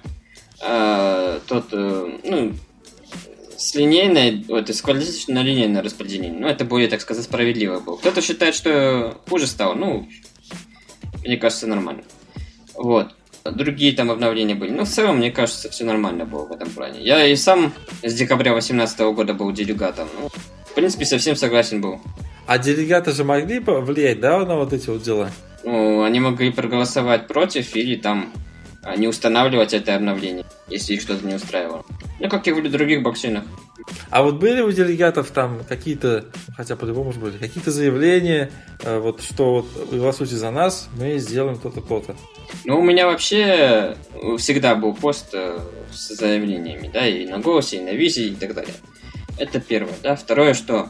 с линейной, с квадратично-линейное распределение. Ну, это более, так сказать, справедливо было. Кто-то считает, что хуже стало. Ну, мне кажется, нормально. Вот. Другие там обновления были. Но в целом, мне кажется, все нормально было в этом плане. Я и сам с декабря 2018 года был делегатом. Ну, в принципе, совсем согласен был. А делегаты же могли влиять, да, на вот эти вот дела? Ну, они могли проголосовать против или там не устанавливать это обновление, если их что-то не устраивало. Ну, как и в других блокчейнах. А вот были у делегатов там какие-то, хотя по-любому были, какие-то заявления, вот что вот вы голосуйте за нас, мы сделаем то-то, то-то? Ну, у меня вообще всегда был пост с заявлениями, да, и на Голосе, и на Визе, и так далее. Это первое, да. Второе, что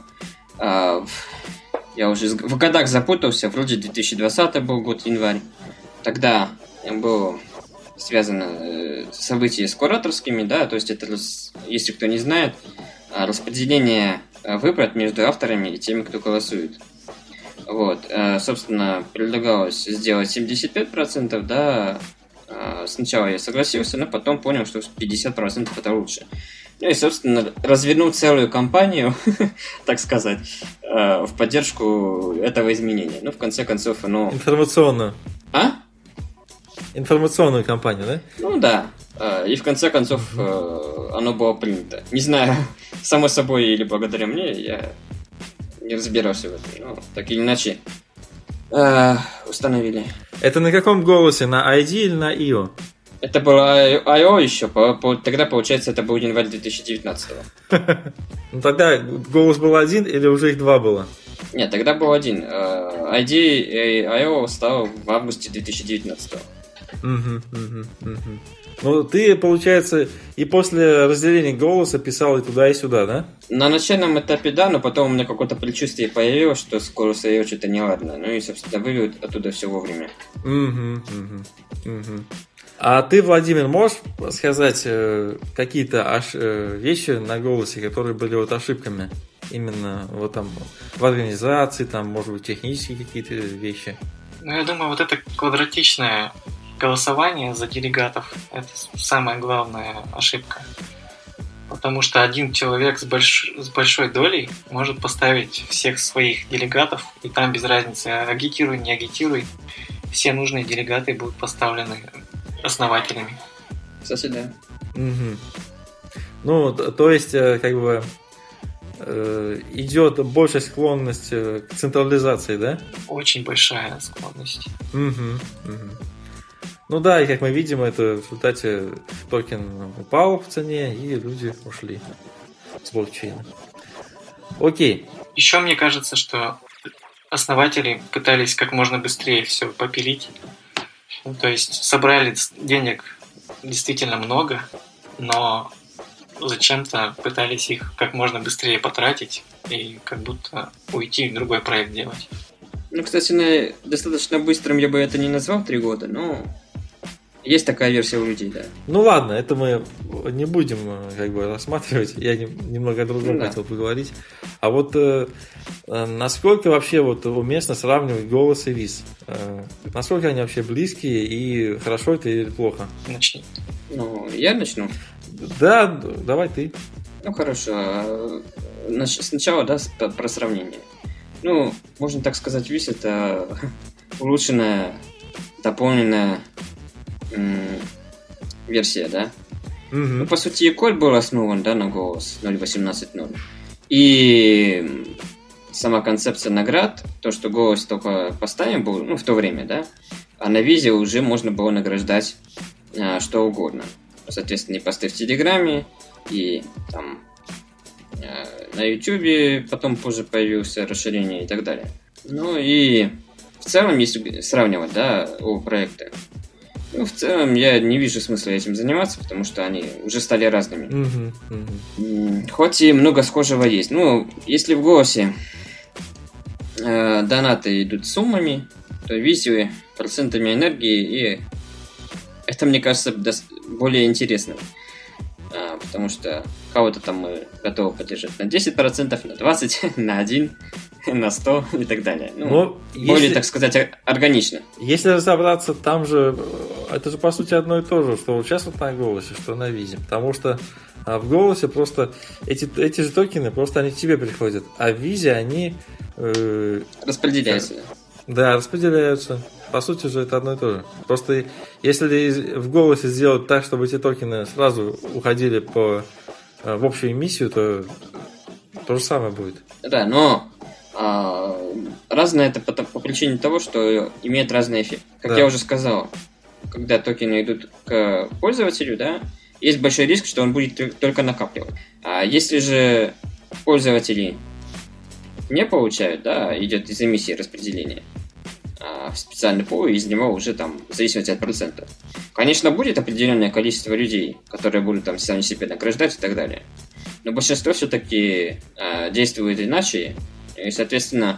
я уже в годах запутался, вроде 2020 был год, январь. Тогда было связано события с кураторскими, да, то есть это, если кто не знает, распределение выплат между авторами и теми, кто голосует. Вот, собственно, предлагалось сделать 75%, да, сначала я согласился, но потом понял, что 50% это лучше. Ну и, собственно, развернул целую кампанию, так сказать, в поддержку этого изменения. Ну, в конце концов, оно... Информационную. А? Информационную кампанию, да? Ну да. И в конце концов оно было принято. Не знаю, само собой или благодаря мне, я не разбирался в этом. Но так или иначе установили. Это на каком голосе? На ID или на IO? Это было IO еще, тогда, получается, это был январь 2019-го. Ну тогда голос был один или уже их два было? Нет, тогда был один. ID и IO стал в августе 2019-го. Ну, ты, получается, и после разделения голоса писал и туда, и сюда, да? На начальном этапе да, но потом у меня какое-то предчувствие появилось, что скоро свое что-то неладно. Ну и, собственно, вывел оттуда все вовремя. А ты, Владимир, можешь сказать какие-то вещи на голосе, которые были вот ошибками? Именно вот там в организации, там, может быть, технические какие-то вещи? Ну, я думаю, вот это квадратичное голосование за делегатов – это самая главная ошибка. Потому что один человек с большой долей может поставить всех своих делегатов, и там без разницы, агитируй, не агитируй, все нужные делегаты будут поставлены основателями. Кстати, да. Ну, то есть, как бы, идет большая склонность к централизации, да? Очень большая склонность. Ну да, и как мы видим, это в результате токен упал в цене, и люди ушли с блокчейна. Окей. Еще мне кажется, что основатели пытались как можно быстрее все попилить. Ну, то есть собрали денег действительно много, но зачем-то пытались их как можно быстрее потратить и как будто уйти в другой проект делать. Ну, кстати, достаточно быстрым я бы это не назвал 3 года, но есть такая версия у людей, да. Ну ладно, это мы не будем как бы рассматривать. Я немного о другом хотел поговорить. А вот насколько вообще вот уместно сравнивать голос и виз? Насколько они вообще близкие и хорошо это или плохо? Начни. Ну, я начну. Да, давай ты. Ну, хорошо. Сначала, да, про сравнение. Ну, можно так сказать, виз это улучшенная, дополненная версия, да? Ну, по сути, и код был основан, да, на голос 0.18.0. И сама концепция наград, то, что голос только поставим был, ну, в то время, да, а на визе уже можно было награждать что угодно. Соответственно, и посты в Телеграме, и там на Ютубе потом позже появился расширение и так далее. Ну и в целом, если сравнивать, да, оба проекта, ну, в целом, я не вижу смысла этим заниматься, потому что они уже стали разными. Хоть и много схожего есть. Ну, если в голосе донаты идут суммами, то в визе процентами энергии, и это, мне кажется, более интересно. Потому что кого-то там мы готовы поддержать на 10%, на 20%, на 1%, на 100% и так далее. Ну, более, так сказать, органично. Если разобраться, там же, это же по сути одно и то же, что участвуют на голосе, что на визе. Потому что в голосе просто эти же токены, просто они к тебе приходят, а в визе они... распределяются. Да, распределяются. По сути же это одно и то же. Просто если в голосе сделать так, чтобы эти токены сразу уходили в общую эмиссию, то то же самое будет. Да, но разное это по причине того, что имеет разный эффект. Как я уже сказал, когда токены идут к пользователю, да, есть большой риск, что он будет только накапливать. А если же пользователи не получают, да, идет из эмиссии распределения в специальный пул, и из него уже там, в зависимости от процентов. Конечно, будет определенное количество людей, которые будут там сами себя награждать и так далее. Но большинство все-таки действует иначе, и, соответственно,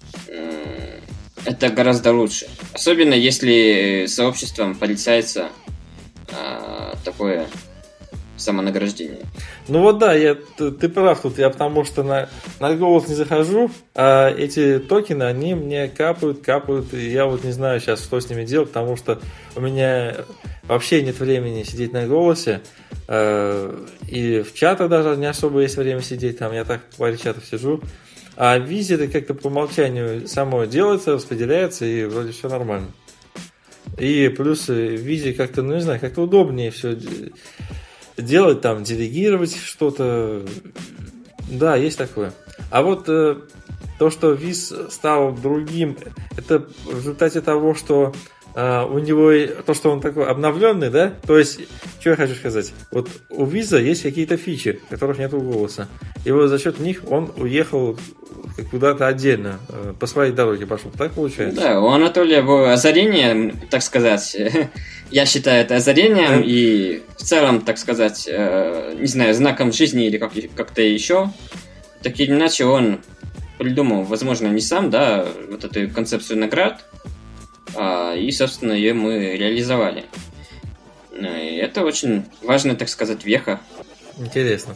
это гораздо лучше. Особенно если сообществом порицается такое самонаграждение. Ну вот да, ты прав тут, я потому что на голос не захожу, а эти токены, они мне капают, и я вот не знаю сейчас, что с ними делать, потому что у меня вообще нет времени сидеть на голосе, и в чатах даже не особо есть время сидеть, там я так в паре чатов сижу, а в визе это как-то по умолчанию само делается, распределяется, и вроде все нормально. И плюс в визе как-то, ну не знаю, как-то удобнее все делать, там, делегировать что-то. Да, есть такое. А вот то, что виз стал другим, это в результате того, что у него, то, что он такой обновленный, да? То есть, что я хочу сказать? Вот у виза есть какие-то фичи, которых нет у голоса. И вот за счет них он уехал куда-то отдельно, по своей дороге пошел. Так получается? Да, у Анатолия было озарение, так сказать. Я считаю это озарением и в целом, так сказать, не знаю, знаком жизни или как-то еще. Так или иначе он придумал, возможно, не сам, да, вот эту концепцию наград, и, собственно, ее мы реализовали. И это очень важная, так сказать, веха. Интересно.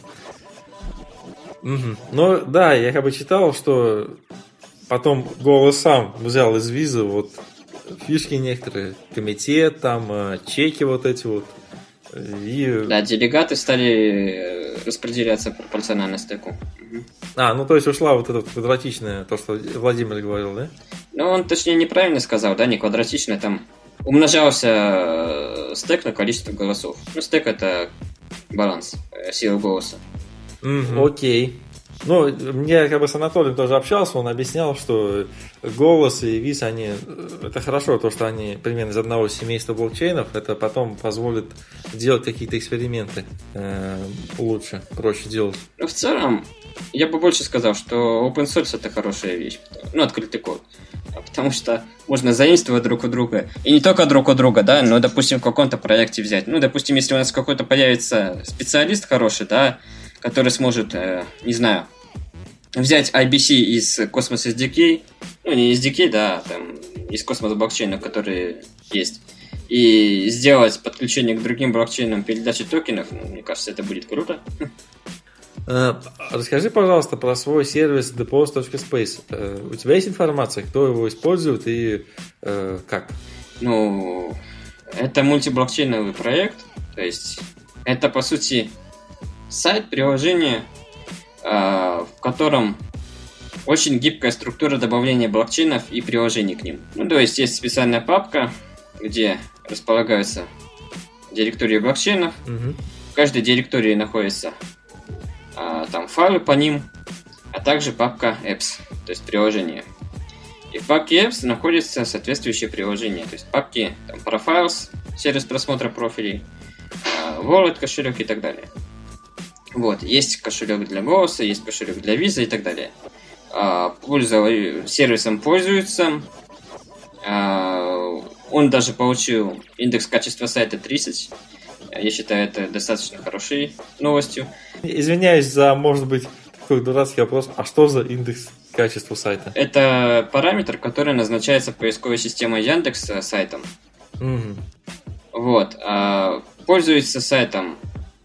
Ну, да, я как бы читал, что потом Голос сам взял из визы вот фишки некоторые, комитет, там, чеки вот эти вот. И... Да, делегаты стали распределяться пропорционально стеку. Ну то есть ушла вот эта квадратичная, то, что Владимир говорил, да? Ну, он точнее неправильно сказал, да, не квадратичная, там умножался стек на количество голосов. Ну, стек это баланс силы голоса. Окей. Ну, я как бы с Анатолием тоже общался, он объяснял, что Голос и Виз, они, это хорошо, то, что они примерно из одного семейства блокчейнов, это потом позволит делать какие-то эксперименты лучше, проще делать. Ну, в целом, я бы больше сказал, что open source это хорошая вещь, ну, открытый код. Потому что можно заимствовать друг у друга. И не только друг у друга, да, но, допустим, в каком-то проекте взять. Ну, допустим, если у нас какой-то появится специалист хороший, да, который сможет, не знаю, взять IBC из Cosmos SDK, ну, не SDK, да, там, из Cosmos блокчейнов, которые есть, и сделать подключение к другим блокчейнам передачи токенов, ну, мне кажется, это будет круто. Расскажи, пожалуйста, про свой сервис depos.space. У тебя есть информация, кто его использует и как? Ну, это мультиблокчейновый проект, то есть это, по сути, сайт, приложение, в котором очень гибкая структура добавления блокчейнов и приложений к ним. Ну, то есть есть специальная папка, где располагаются директории блокчейнов. В каждой директории находятся там файлы по ним, а также папка apps, то есть приложения. И в папке apps находятся соответствующие приложения, то есть папки там, Profiles, сервис просмотра профилей, Wallet, кошелек и так далее. Вот, есть кошелек для Голоса, есть кошелек для Visa и так далее. Сервисом пользуются. Он даже получил индекс качества сайта 30. Я считаю, это достаточно хорошей новостью. Извиняюсь за, может быть, такой дурацкий вопрос. А что за индекс качества сайта? Это параметр, который назначается поисковой системой Яндекса сайтом. Вот. Пользуется сайтом,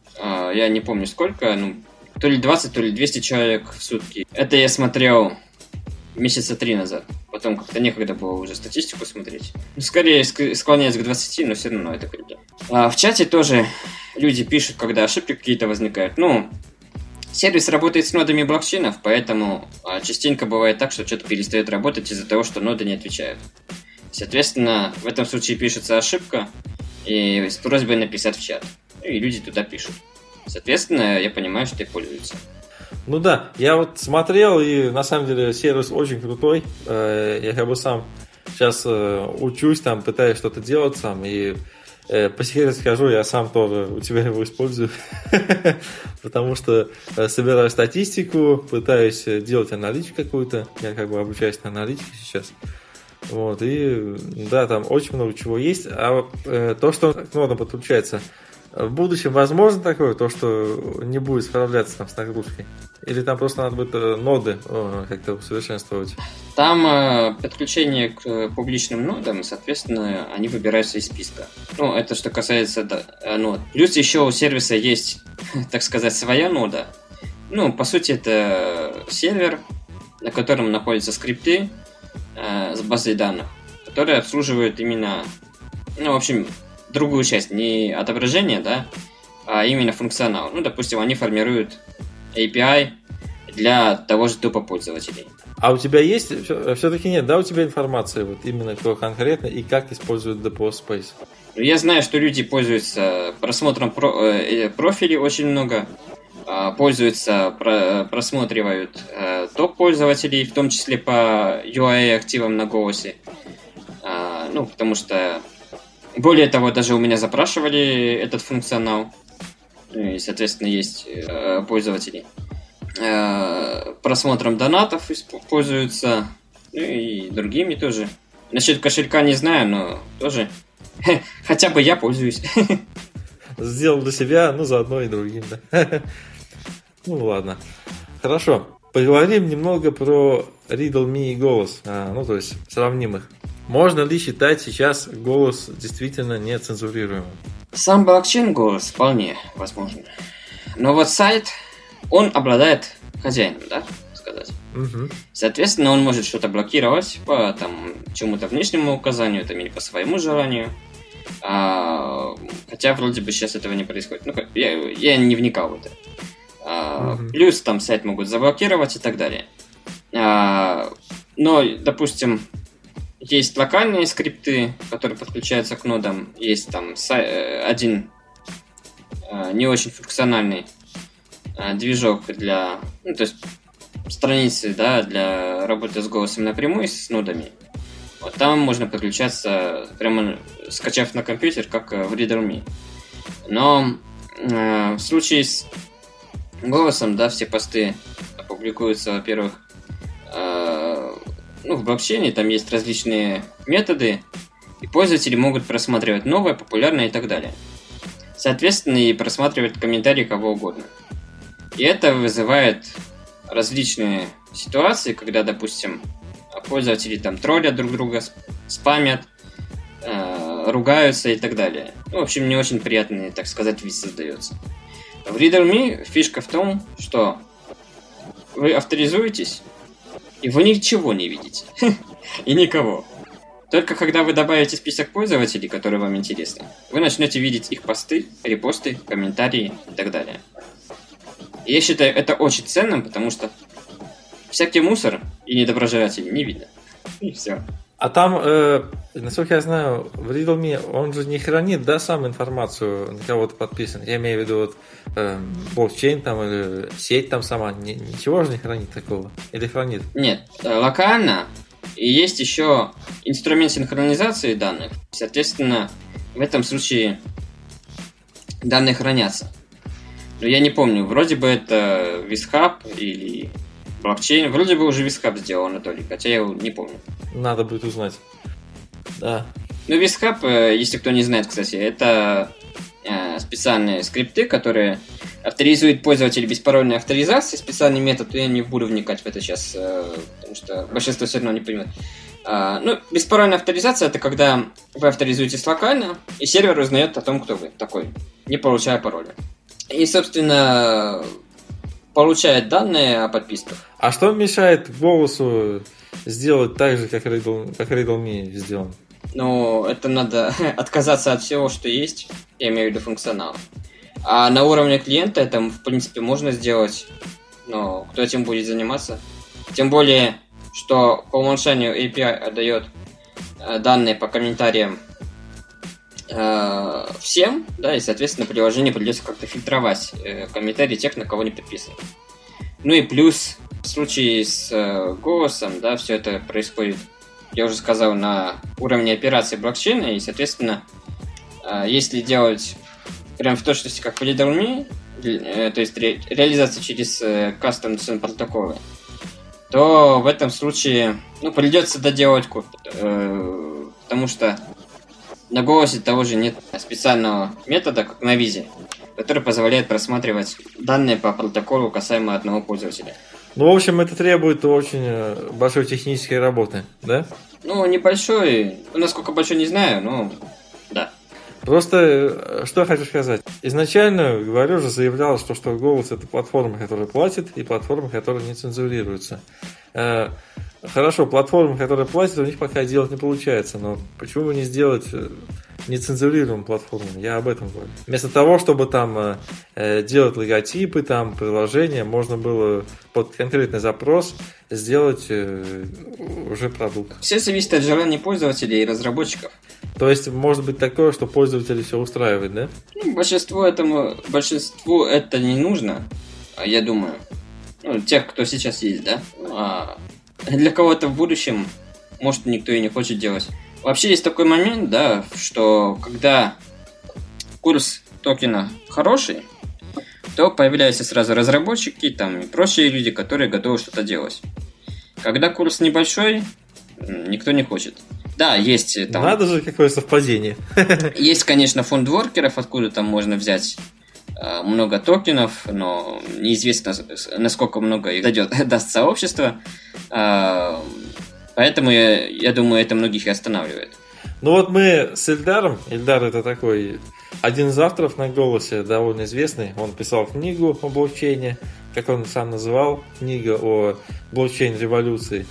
я не помню сколько, ну, то ли 20, то ли 200 человек в сутки. Это я смотрел месяца 3 назад. Потом как-то некогда было уже статистику смотреть. Ну, скорее склоняюсь к 20, но все равно это круто. В чате тоже люди пишут, когда ошибки какие-то возникают. Ну, сервис работает с нодами блокчейнов, поэтому частенько бывает так, что что-то перестает работать из-за того, что ноды не отвечают. Соответственно, в этом случае пишется ошибка и с просьбой написать в чат. И люди туда пишут. Соответственно, я понимаю, что и пользуются. Ну да, я вот смотрел, и на самом деле сервис очень крутой. Я как бы сам сейчас учусь, там пытаюсь что-то делать сам, и по секрету скажу, я сам тоже у тебя его использую, потому что собираю статистику, пытаюсь делать аналитику какую-то, я как бы обучаюсь на аналитике сейчас. Вот, и да, там очень много чего есть, а вот то, что к нодам подключается, в будущем возможно такое, то, что не будет справляться там с нагрузкой? Или там просто надо будет ноды как-то усовершенствовать? Там подключение к публичным нодам, соответственно, они выбираются из списка. Ну, это что касается нод. Плюс еще у сервиса есть, так сказать, своя нода. Ну, по сути, это сервер, на котором находятся скрипты с базой данных, которые обслуживают именно, ну, в общем, другую часть, не отображение, да, а именно функционал. Ну, допустим, они формируют API для того же тупо пользователей. А у тебя есть, все-таки нет, да, у тебя информация, вот именно кто конкретно и как используют Depos Space? Я знаю, что люди пользуются просмотром профилей очень много, пользуются, просматривают топ-пользователей, в том числе по UI-активам на Голосе. Ну, потому что более того, даже у меня запрашивали этот функционал, и, соответственно, есть пользователи. просмотром донатов пользуются, ну и другими тоже. Насчет кошелька не знаю, но тоже хотя бы я пользуюсь. Сделал для себя, ну заодно и другим, да. Ну ладно. Хорошо. Поговорим немного про Riddle.me и голос. Ну то есть сравнимых. Можно ли считать сейчас голос действительно нецензурируемым? Сам блокчейн голос вполне возможно. Но вот сайт, он обладает хозяином, да, сказать. Угу. Соответственно, он может что-то блокировать по там чему-то внешнему указанию, там, или по своему желанию. Хотя вроде бы сейчас этого не происходит. Ну, я не вникал в это. Плюс там сайт могут заблокировать и так далее. Но, допустим, есть локальные скрипты, которые подключаются к нодам. Есть там один не очень функциональный движок для, ну, то есть страницы, да, для работы с голосом напрямую с нодами. Вот там можно подключаться, прямо скачав на компьютер, как в Riddle.me. Но в случае с голосом, да, все посты публикуются, во-первых, в блокчейне, там есть различные методы, и пользователи могут просматривать новое, популярное и так далее. Соответственно, и просматривать комментарии кого угодно. И это вызывает различные ситуации, когда, допустим, пользователи там троллят друг друга, спамят, ругаются и так далее. Ну, в общем, не очень приятный, так сказать, вид создается. В Riddle.me фишка в том, что вы авторизуетесь, и вы ничего не видите. И никого. Только когда вы добавите список пользователей, которые вам интересны, вы начнете видеть их посты, репосты, комментарии и так далее. И я считаю это очень ценным, потому что всякий мусор и недоброжелатели не видно. И все. А там, насколько я знаю, в Riddle.me он же не хранит, да, сам информацию, на кого-то подписан. Я имею в виду вот блокчейн там или сеть там сама. Ничего же не хранит такого? Или хранит? Нет, локально. И есть еще инструмент синхронизации данных. Соответственно, в этом случае данные хранятся. Но я не помню, вроде бы это Висхаб или блокчейн. Вроде бы уже Висхаб сделал, Анатолий, хотя я его не помню. Надо будет узнать. Да. Ну, Висхаб, если кто не знает, кстати, это специальные скрипты, которые авторизуют пользователей без парольной авторизации, специальный метод, я не буду вникать в это сейчас, потому что большинство все равно не поймет. Беспарольная авторизация — это когда вы авторизуетесь локально, и сервер узнает о том, кто вы такой, не получая пароля. И, собственно, получает данные о подписках. А что мешает голосу сделать так же, как Riddle.me сделан? Ну, это надо отказаться от всего, что есть, я имею в виду функционал. А на уровне клиента это, в принципе, можно сделать, но кто этим будет заниматься? Тем более, что по умолчанию API отдает данные по комментариям всем, да, и, соответственно, приложение придется как-то фильтровать комментарии тех, на кого не подписаны. Ну и плюс, в случае с голосом, да, все это происходит, я уже сказал, на уровне операции блокчейна, и, соответственно, если делать прям в точности как в Riddle.me, то есть реализация через Custom протоколы, то в этом случае придется доделать код, потому что на голосе того же нет специального метода, как на Визе, который позволяет просматривать данные по протоколу касаемо одного пользователя. Ну, в общем, это требует очень большой технической работы, да? Ну, небольшой, насколько большой, не знаю, но да. Просто, что я хочу сказать. Изначально, говорю же, заявлял, что голос — это платформа, которая платит, и платформа, которая не цензурируется. Хорошо, платформа, которая платит, у них пока делать не получается, но почему бы не сделать нецензурируемую платформу? Я об этом говорю. Вместо того, чтобы там делать логотипы, там приложения, можно было под конкретный запрос сделать уже продукт. Все зависит от желания пользователей и разработчиков. То есть, может быть такое, что пользователей все устраивает, да? Большинству это не нужно, я думаю. Тех, кто сейчас есть, да? Для кого-то в будущем, может, никто и не хочет делать. Вообще есть такой момент, да, что когда курс токена хороший, то появляются сразу разработчики там, и прочие люди, которые готовы что-то делать. Когда курс небольшой, никто не хочет. Да, есть там... Надо же, какое совпадение. Есть, конечно, фонд воркеров, откуда там можно взять много токенов, но неизвестно, насколько много их даст сообщество. Поэтому, я думаю, это многих и останавливает. Ну вот мы с Ильдаром, Ильдар это такой один из авторов на «Голосе», довольно известный, он писал книгу о блокчейне, как он сам называл, книга о блокчейн-революции.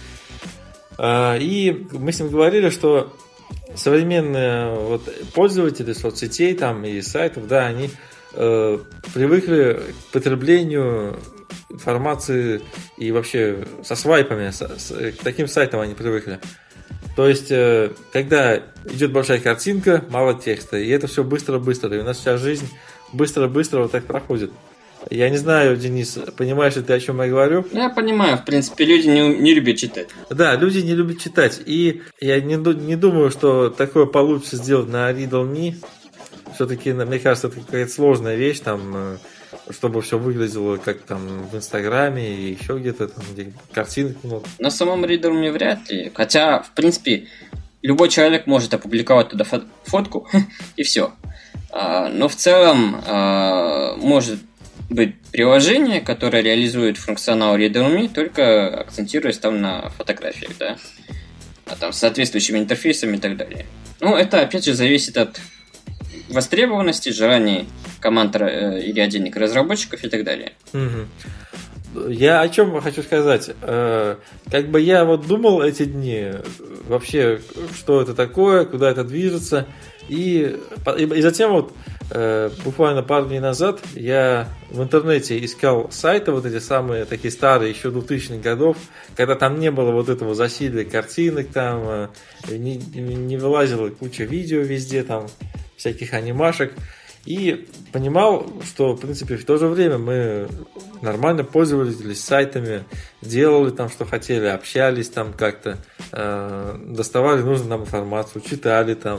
И мы с ним говорили, что современные вот пользователи соцсетей там, и сайтов, да, они привыкли к потреблению информации и вообще со свайпами, к таким сайтам они привыкли. То есть, когда идет большая картинка, мало текста, и это все быстро-быстро, и у нас вся жизнь быстро-быстро вот так проходит. Я не знаю, Денис, понимаешь ли ты, о чем я говорю? Я понимаю, в принципе, люди не любят читать. Да, люди не любят читать, и я не думаю, что такое получится сделать на Riddle.me. Все-таки, мне кажется, это какая-то сложная вещь, там, чтобы все выглядело как там в Инстаграме и еще где-то там, где картинок много. На самом Riddle.me вряд ли. Хотя, в принципе, любой человек может опубликовать туда фотку и все. Но в целом может быть приложение, которое реализует функционал Riddle.me, только акцентируясь там на фотографиях, да, там с соответствующими интерфейсами и так далее. Ну, это опять же зависит от востребованности, желаний команд или отдельных разработчиков и так далее. Угу. Я о чем хочу сказать. Как бы я вот думал эти дни вообще, что это такое, куда это движется. И затем вот буквально пару дней назад я в интернете искал сайты, вот эти самые такие старые, еще 2000-х годов, когда там не было вот этого засилия картинок, там не вылазила куча видео везде, там всяких анимашек. И понимал, что, в принципе, в то же время мы нормально пользовались сайтами, делали там, что хотели, общались там как-то, доставали нужную нам информацию, читали там,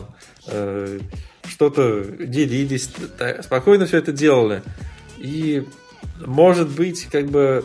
что-то делились, спокойно все это делали. И, может быть, как бы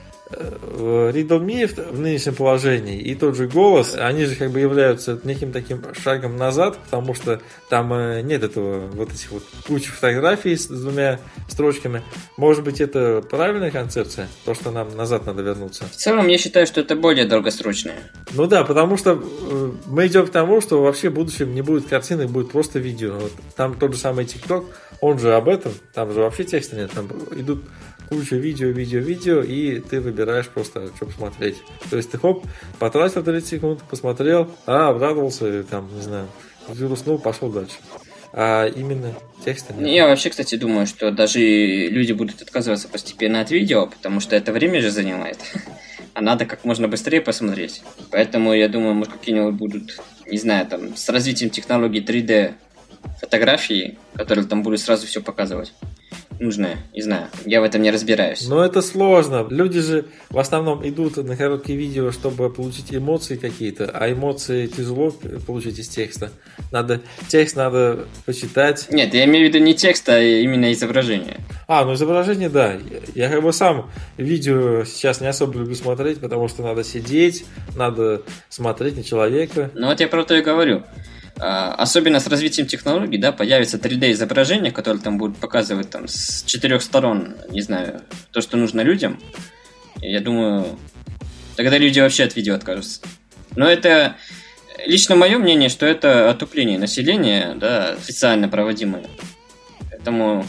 Riddle.me в нынешнем положении и тот же «Голос», они же как бы являются неким таким шагом назад, потому что там нет этого, вот этих вот кучи фотографий с двумя строчками. Может быть, это правильная концепция, то, что нам назад надо вернуться? В целом, я считаю, что это более долгосрочное. Ну да, потому что мы идем к тому, что вообще в будущем не будет картинок, будет просто видео. Вот там тот же самый TikTok, он же об этом, там же вообще текста нет, там идут куча видео, и ты выбираешь просто, что посмотреть. То есть ты потратил 30 секунд, посмотрел, обрадовался, там, не знаю, уснул, пошел дальше. А именно текста нет. Я вообще, кстати, думаю, что даже люди будут отказываться постепенно от видео, потому что это время же занимает. А надо как можно быстрее посмотреть. Поэтому, я думаю, может, какие-нибудь будут, не знаю, там, с развитием технологий 3D фотографии, которые там будут сразу все показывать. Нужное, не знаю, я в этом не разбираюсь. Но это сложно. Люди же в основном идут на короткие видео, чтобы получить эмоции какие-то, а эмоции тяжело получить из текста. Текст надо почитать. Нет, я имею в виду не текст, а именно изображение. Ну изображение, да. Я как бы сам видео сейчас не особо люблю смотреть, потому что надо сидеть, надо смотреть на человека. Ну вот я про то и говорю. Особенно с развитием технологий, да, появится 3D-изображение, которое там будут показывать там с 4 сторон, не знаю, то, что нужно людям. И я думаю, тогда люди вообще от видео откажутся. Но это лично мое мнение, что это отупление населения, да, официально проводимое. Поэтому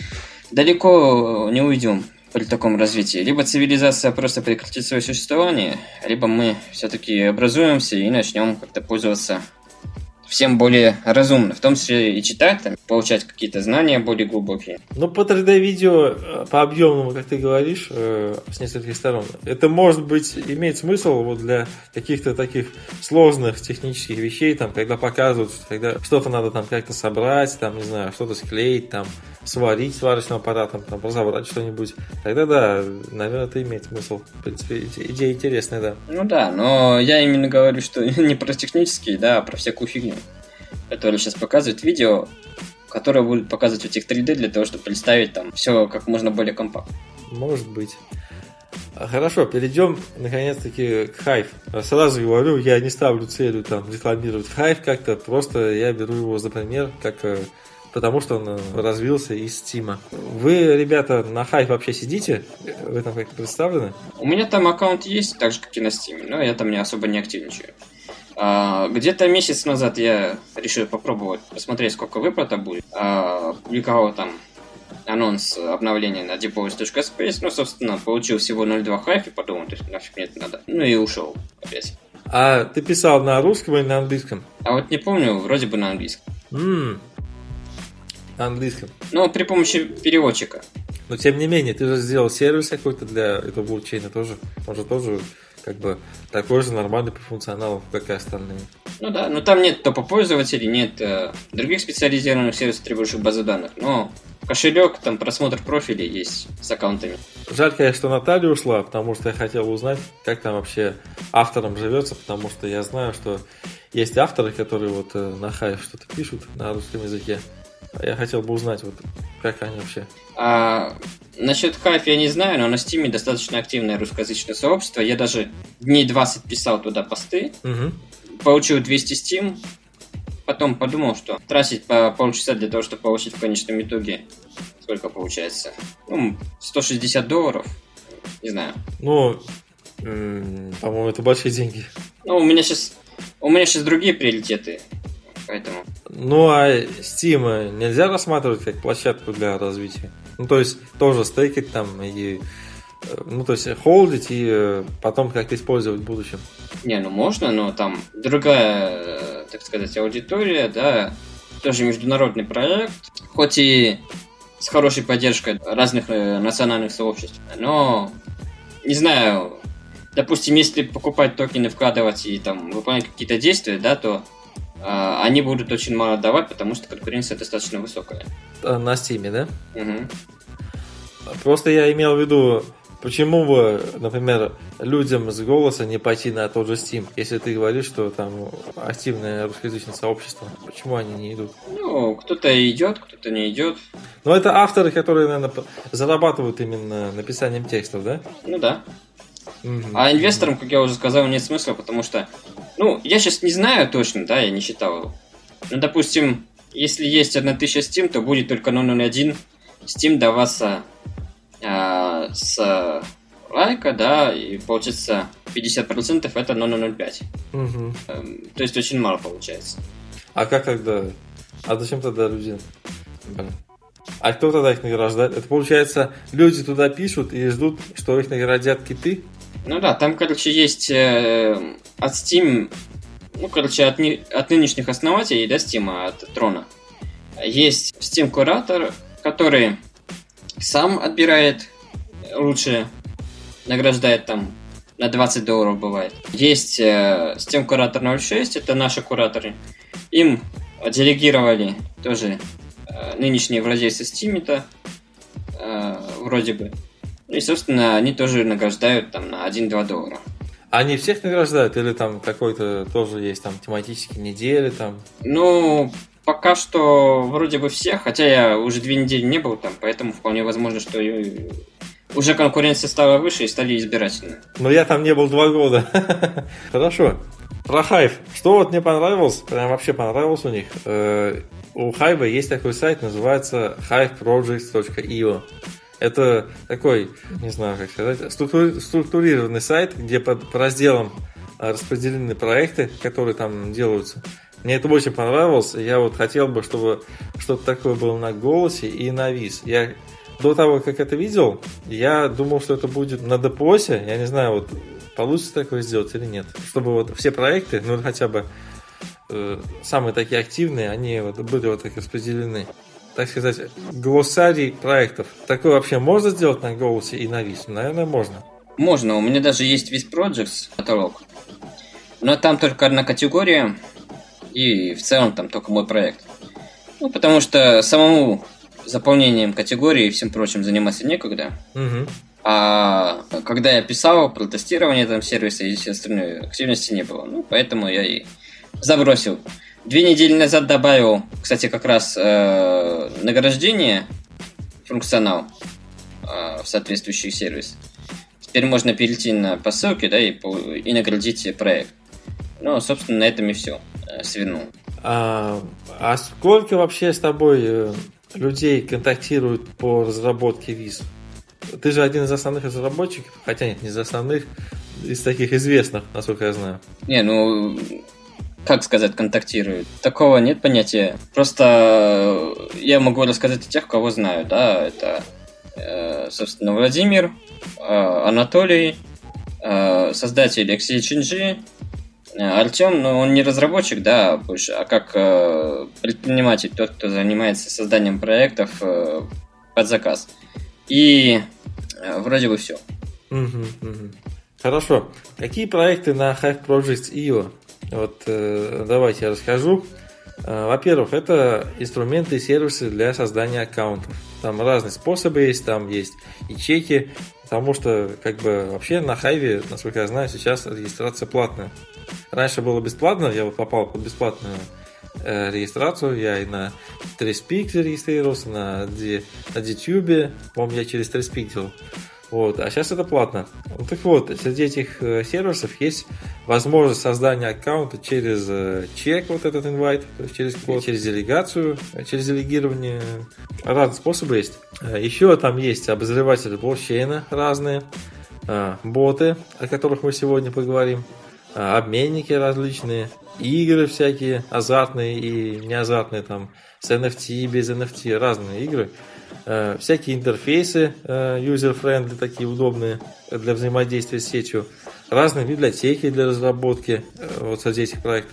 далеко не уйдем при таком развитии. Либо цивилизация просто прекратит свое существование, либо мы все-таки образуемся и начнем как-то пользоваться всем более разумно, в том числе и читать, там, получать какие-то знания более глубокие. Ну, по 3D-видео, по объемному, как ты говоришь, с нескольких сторон, это, может быть, имеет смысл вот для каких-то таких сложных технических вещей, там, когда показывают, когда что-то надо там как-то собрать, там, не знаю, что-то склеить, там, сварить сварочным аппаратом, там, разобрать что-нибудь. Тогда, да, наверное, это имеет смысл. В принципе, идея интересная, да. Ну да, но я именно говорю, что не про технические, да, а про всякую фигню, которую сейчас показывают видео. которая будет показывать у тех 3D для того, чтобы представить там все как можно более компактно. Может быть. Хорошо, перейдем наконец-таки к Hive. Сразу говорю, я не ставлю целью там рекламировать Hive как-то, просто я беру его за пример, потому что он развился из Steam. Вы, ребята, на Hive вообще сидите? В этом как-то представлены? У меня там аккаунт есть, так же, как и на Steam, но я там не особо не активничаю. Где-то месяц назад я решил попробовать, посмотреть, сколько выплата будет. Публиковал там анонс обновления на depois.space, ну, собственно, получил всего 0.2 Hive и подумал, то есть нафиг мне это надо. Ну и ушел опять. А ты писал на русском или на английском? А вот не помню, вроде бы на английском. На английском. Ну, при помощи переводчика. Но тем не менее, ты же сделал сервис какой-то для этого блокчейна тоже. Он же тоже как бы такой же нормальный по функционалу, как и остальные. Ну да, но там нет топа пользователей, нет других специализированных сервисов, требующих базы данных, но кошелек, там просмотр профилей есть с аккаунтами. Жаль, конечно, что Наталья ушла, потому что я хотел узнать, как там вообще авторам живется, потому что я знаю, что есть авторы, которые вот на Hive что-то пишут на русском языке. Я хотел бы узнать, вот как они вообще. Насчет Hive я не знаю, но на Steam достаточно активное русскоязычное сообщество. Я даже дней 20 писал туда посты, получил 200 Steam, потом подумал, что тратить по полчаса для того, чтобы получить в конечном итоге, сколько получается? Ну, $160, не знаю. Ну, по-моему, это большие деньги. Ну, у меня сейчас другие приоритеты, поэтому... Ну, а Steam нельзя рассматривать как площадку для развития? Ну, то есть, тоже стейкать там и... Ну, то есть, холдить и потом как-то использовать в будущем. Не, ну можно, но там другая, так сказать, аудитория, да, тоже международный проект, хоть и с хорошей поддержкой разных национальных сообществ, но, не знаю, допустим, если покупать токены, вкладывать и там выполнять какие-то действия, да, то они будут очень мало давать, потому что конкуренция достаточно высокая. На Steam, да? Угу. Просто я имел в виду, почему бы, например, людям с голоса не пойти на тот же Steam, если ты говоришь, что там активное русскоязычное сообщество? Почему они не идут? Ну, кто-то идет, кто-то не идет. Ну, это авторы, которые, наверное, зарабатывают именно написанием текстов, да? Ну да. А инвесторам, как я уже сказал, нет смысла, потому что, ну, я сейчас не знаю точно, да, я не считал его. Но, допустим, если есть 1000 Steam, то будет только 0.01 Steam даваться с лайка, да, и получится 50% это 0.05. То есть очень мало получается. А как тогда? А зачем тогда люди? А кто тогда их награждает? Это получается, люди туда пишут и ждут, что их наградят киты? Ну да, там, короче, есть от Steam, ну, короче, от нынешних основателей, да, Steam, от Трона, есть Steam-куратор, который сам отбирает лучшее, награждает там на $20 бывает. Есть Steam-куратор 06, это наши кураторы. Им делегировали тоже нынешние владельцы Steam-то, вроде бы. И, собственно, они тоже награждают там на $1-2. Они всех награждают или там какой-то тоже есть там тематические недели там? Ну, пока что вроде бы всех, хотя я уже 2 недели не был там, поэтому вполне возможно, что уже конкуренция стала выше и стали избирательны. Но я там не был 2 года. Хорошо. Про Hive. Что вот мне понравилось, прям вообще понравилось у них. У Hive есть такой сайт, называется hiveprojects.io. Это такой, не знаю, как сказать, структурированный сайт, где по разделам распределены проекты, которые там делаются. Мне это очень понравилось. Я вот хотел бы, чтобы что-то такое было на Голосе и на Виз. Я до того, как это видел, я думал, что это будет на Депосе. Я не знаю, вот получится такое сделать или нет. Чтобы вот все проекты, ну хотя бы самые такие активные, они вот были вот так распределены. Так сказать, глоссарий проектов. Такое вообще можно сделать на Голосе и на Виз? Наверное, можно. Можно. У меня даже есть Viz Projects каталог. Но там только одна категория. И в целом там только мой проект. Ну, потому что самому заполнением категории и всем прочим заниматься некогда. А когда я писал про тестирование там сервиса и все остальное, активности не было. Ну, поэтому я и забросил. 2 недели назад добавил, кстати, как раз награждение, функционал в соответствующий сервис. Теперь можно перейти по ссылке, да, и наградить проект. Ну, собственно, на этом и все. Свернул. А сколько вообще с тобой людей контактируют по разработке виз? Ты же один из основных разработчиков, хотя нет, не из основных, из таких известных, насколько я знаю. Не, ну, как сказать, контактируют? Такого нет понятия. Просто я могу рассказать о тех, кого знаю, да, это, собственно, Владимир, Анатолий, создатель XChange, Артем, но он не разработчик, да, больше, а как предприниматель, тот, кто занимается созданием проектов под заказ. И вроде бы все. Хорошо. Какие проекты на Hive Projects.io? Вот давайте я расскажу. Во-первых, это инструменты и сервисы для создания аккаунтов. Там разные способы есть, там есть и чеки, потому что как бы вообще на Hive, насколько я знаю, сейчас регистрация платная. Раньше было бесплатно, я вот попал под бесплатную регистрацию, я и на TreeSpeak зарегистрировался, на DTube, по-моему, я через TreeSpeak делал. Вот, а сейчас это платно. Ну, так вот, среди этих сервисов есть возможность создания аккаунта через чек, вот этот инвайт, то есть через код, через делегацию, через делегирование. Разные способы есть. Еще там есть обозреватели блокчейна разные, боты, о которых мы сегодня поговорим, обменники различные, игры всякие, азартные и неазартные, там, с NFT, без NFT, разные игры. Всякие интерфейсы user-friendly, такие удобные для взаимодействия с сетью, разные библиотеки для разработки вот среди этих проектов.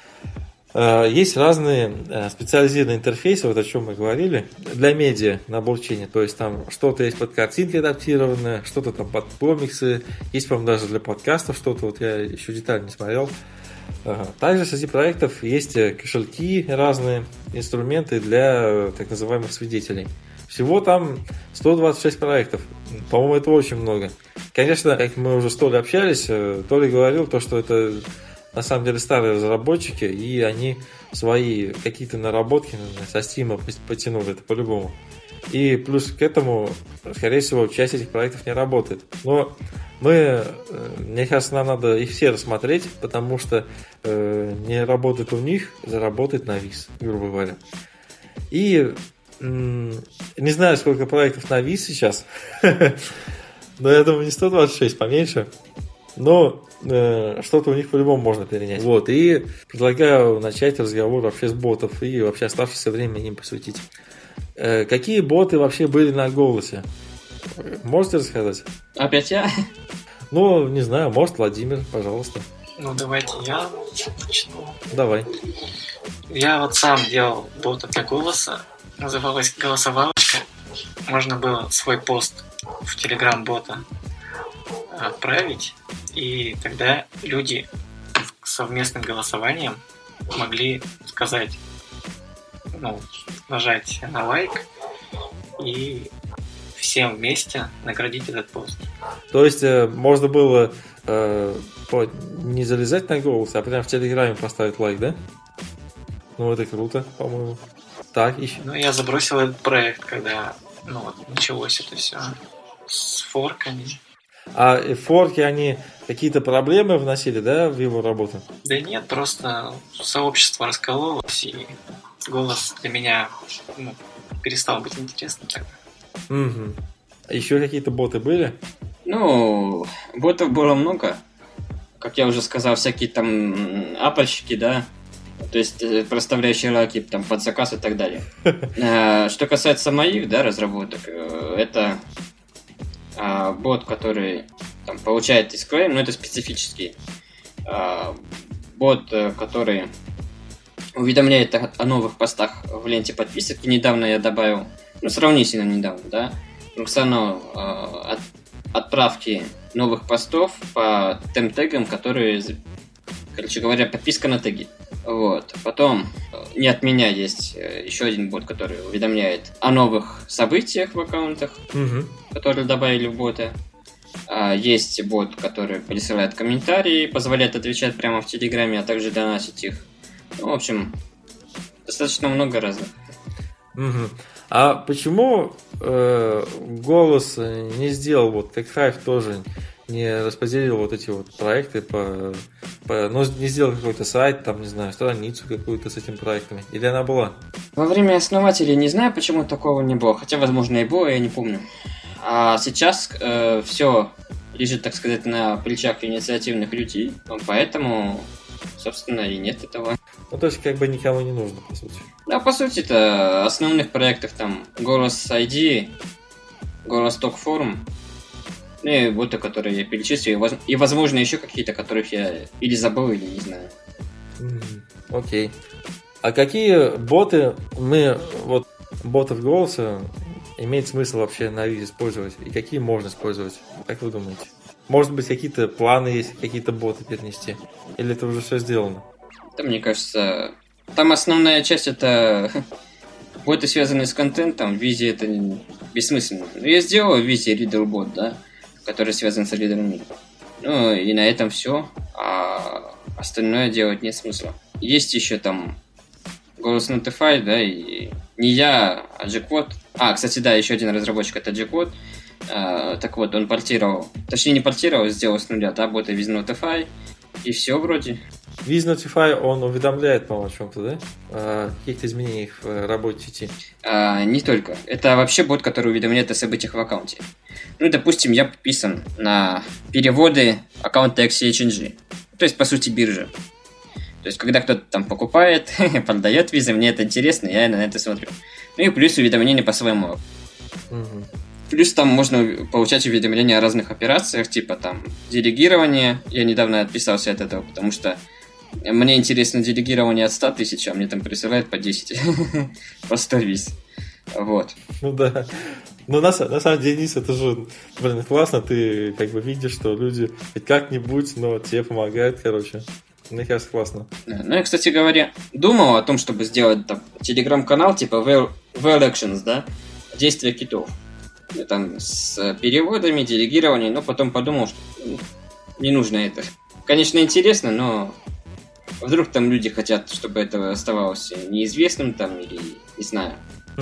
Есть разные специализированные интерфейсы, вот о чем мы говорили, для медиа на блокчейне. То есть там что-то есть под картинки адаптированное, что-то там под комиксы, есть, по-моему, даже для подкастов что-то, вот я еще детально не смотрел. Также среди проектов есть кошельки, разные инструменты для так называемых свидетелей. Всего там 126 проектов. По-моему, это очень много. Конечно, как мы уже с Толей общались, Толя говорил, что это на самом деле старые разработчики, и они свои какие-то наработки со Steam потянули, это по-любому. И плюс к этому, скорее всего, часть этих проектов не работает. Но мне кажется, нам надо их все рассмотреть, потому что не работает у них, заработает на виз, грубо говоря. И не знаю, сколько проектов на виз сейчас, но я думаю, не 126, поменьше. Но что-то у них по-любому можно перенять. Вот, и предлагаю начать разговор вообще с ботов и вообще оставшееся время им посвятить. Какие боты вообще были на голосе? Можете рассказать? Опять я? Ну, не знаю, может, Владимир, пожалуйста. Ну, давайте я начну. Давай. Я вот сам делал бота для голоса. Называлась голосовалочка. Можно было свой пост в Telegram-бота отправить, и тогда люди совместным голосованием могли сказать, нажать на лайк и всем вместе наградить этот пост. То есть можно было не залезать на голос, а прям в Телеграме поставить лайк, да? Ну, это круто, по-моему. Так, еще. Ну, я забросил этот проект, когда началось это все с форками. А форки, они какие-то проблемы вносили, да, в его работу? Да нет, просто сообщество раскололось, и голос для меня перестал быть интересным тогда. Угу. Еще какие-то боты были? Ну, ботов было много. Как я уже сказал, всякие там апельщики, да, то есть проставляющие раки там под заказ и так далее. Что касается моих, да, разработок, это бот, который там получает дисклейм, но это специфический бот, который уведомляет о новых постах в ленте подписок. И недавно я добавил, сравнительно недавно, да, функционал отправки новых постов по тем-тегам, которые, короче говоря, подписка на теги. Вот. Потом не от меня есть еще один бот, который уведомляет о новых событиях в аккаунтах, которые добавили в бота. Есть бот, который присылает комментарии, позволяет отвечать прямо в Телеграме, а также донатить их. Ну, в общем, достаточно много разных. Мгм. А почему голос не сделал, вот как Hive тоже не распределил вот эти вот проекты ну, не сделал какой-то сайт, там, не знаю, страницу какую-то с этими проектами? Или она была? Во время основателей не знаю, почему такого не было. Хотя, возможно, и было, я не помню. А сейчас все лежит, так сказать, на плечах инициативных людей. Поэтому, собственно, и нет этого. Ну, то есть, как бы никому не нужно, по сути. Да, по сути, это основных проектов там Голос ID, Голос Ток Форум, ну и боты, которые я перечислил, и, возможно, еще какие-то, которых я или забыл, или не знаю. Окей. А какие боты ботов голоса имеет смысл вообще на Визе использовать? И какие можно использовать? Как вы думаете? Может быть, какие-то планы есть, какие-то боты перенести? Или это уже все сделано? Да, мне кажется, там основная часть это боты, связанные с контентом. В Визе это бессмысленно. Но я сделал в Визе Riddle бот, да, который связан с Riddle. Ну и на этом все. А остальное делать нет смысла. Есть еще там Голос Notify, да, и не я, а Jackpot. Кстати, да, еще один разработчик это Jackpot. Так вот, он портировал, точнее не портировал, сделал с нуля, да, боты Viz Notify, и все вроде. Viz Notify, он уведомляет, по-моему, о чем-то, да? О каких-то изменениях в работе сети. Не только. Это вообще бот, который уведомляет о событиях в аккаунте. Ну, допустим, я подписан на переводы аккаунта Exchange, то есть, по сути, биржа. То есть, когда кто-то там покупает, продает визы, мне это интересно, я на это смотрю. Ну и плюс уведомления по своему. Угу. Плюс там можно получать уведомления о разных операциях, типа там делегирование. Я недавно отписался от этого, потому что мне интересно делегирование от 100 тысяч, а мне там присылают по 10. По 100 виз. Вот. Ну да. Но на самом деле, Денис, это же, классно, ты как бы видишь, что люди хоть как-нибудь, но тебе помогают, короче. Мне кажется, классно. Ну, я, кстати говоря, думал о том, чтобы сделать там телеграм-канал типа Well Actions, да? Действия китов. Там с переводами, делегированием, но потом подумал, что не нужно это. Конечно, интересно, но вдруг там люди хотят, чтобы это оставалось неизвестным там или не знаю.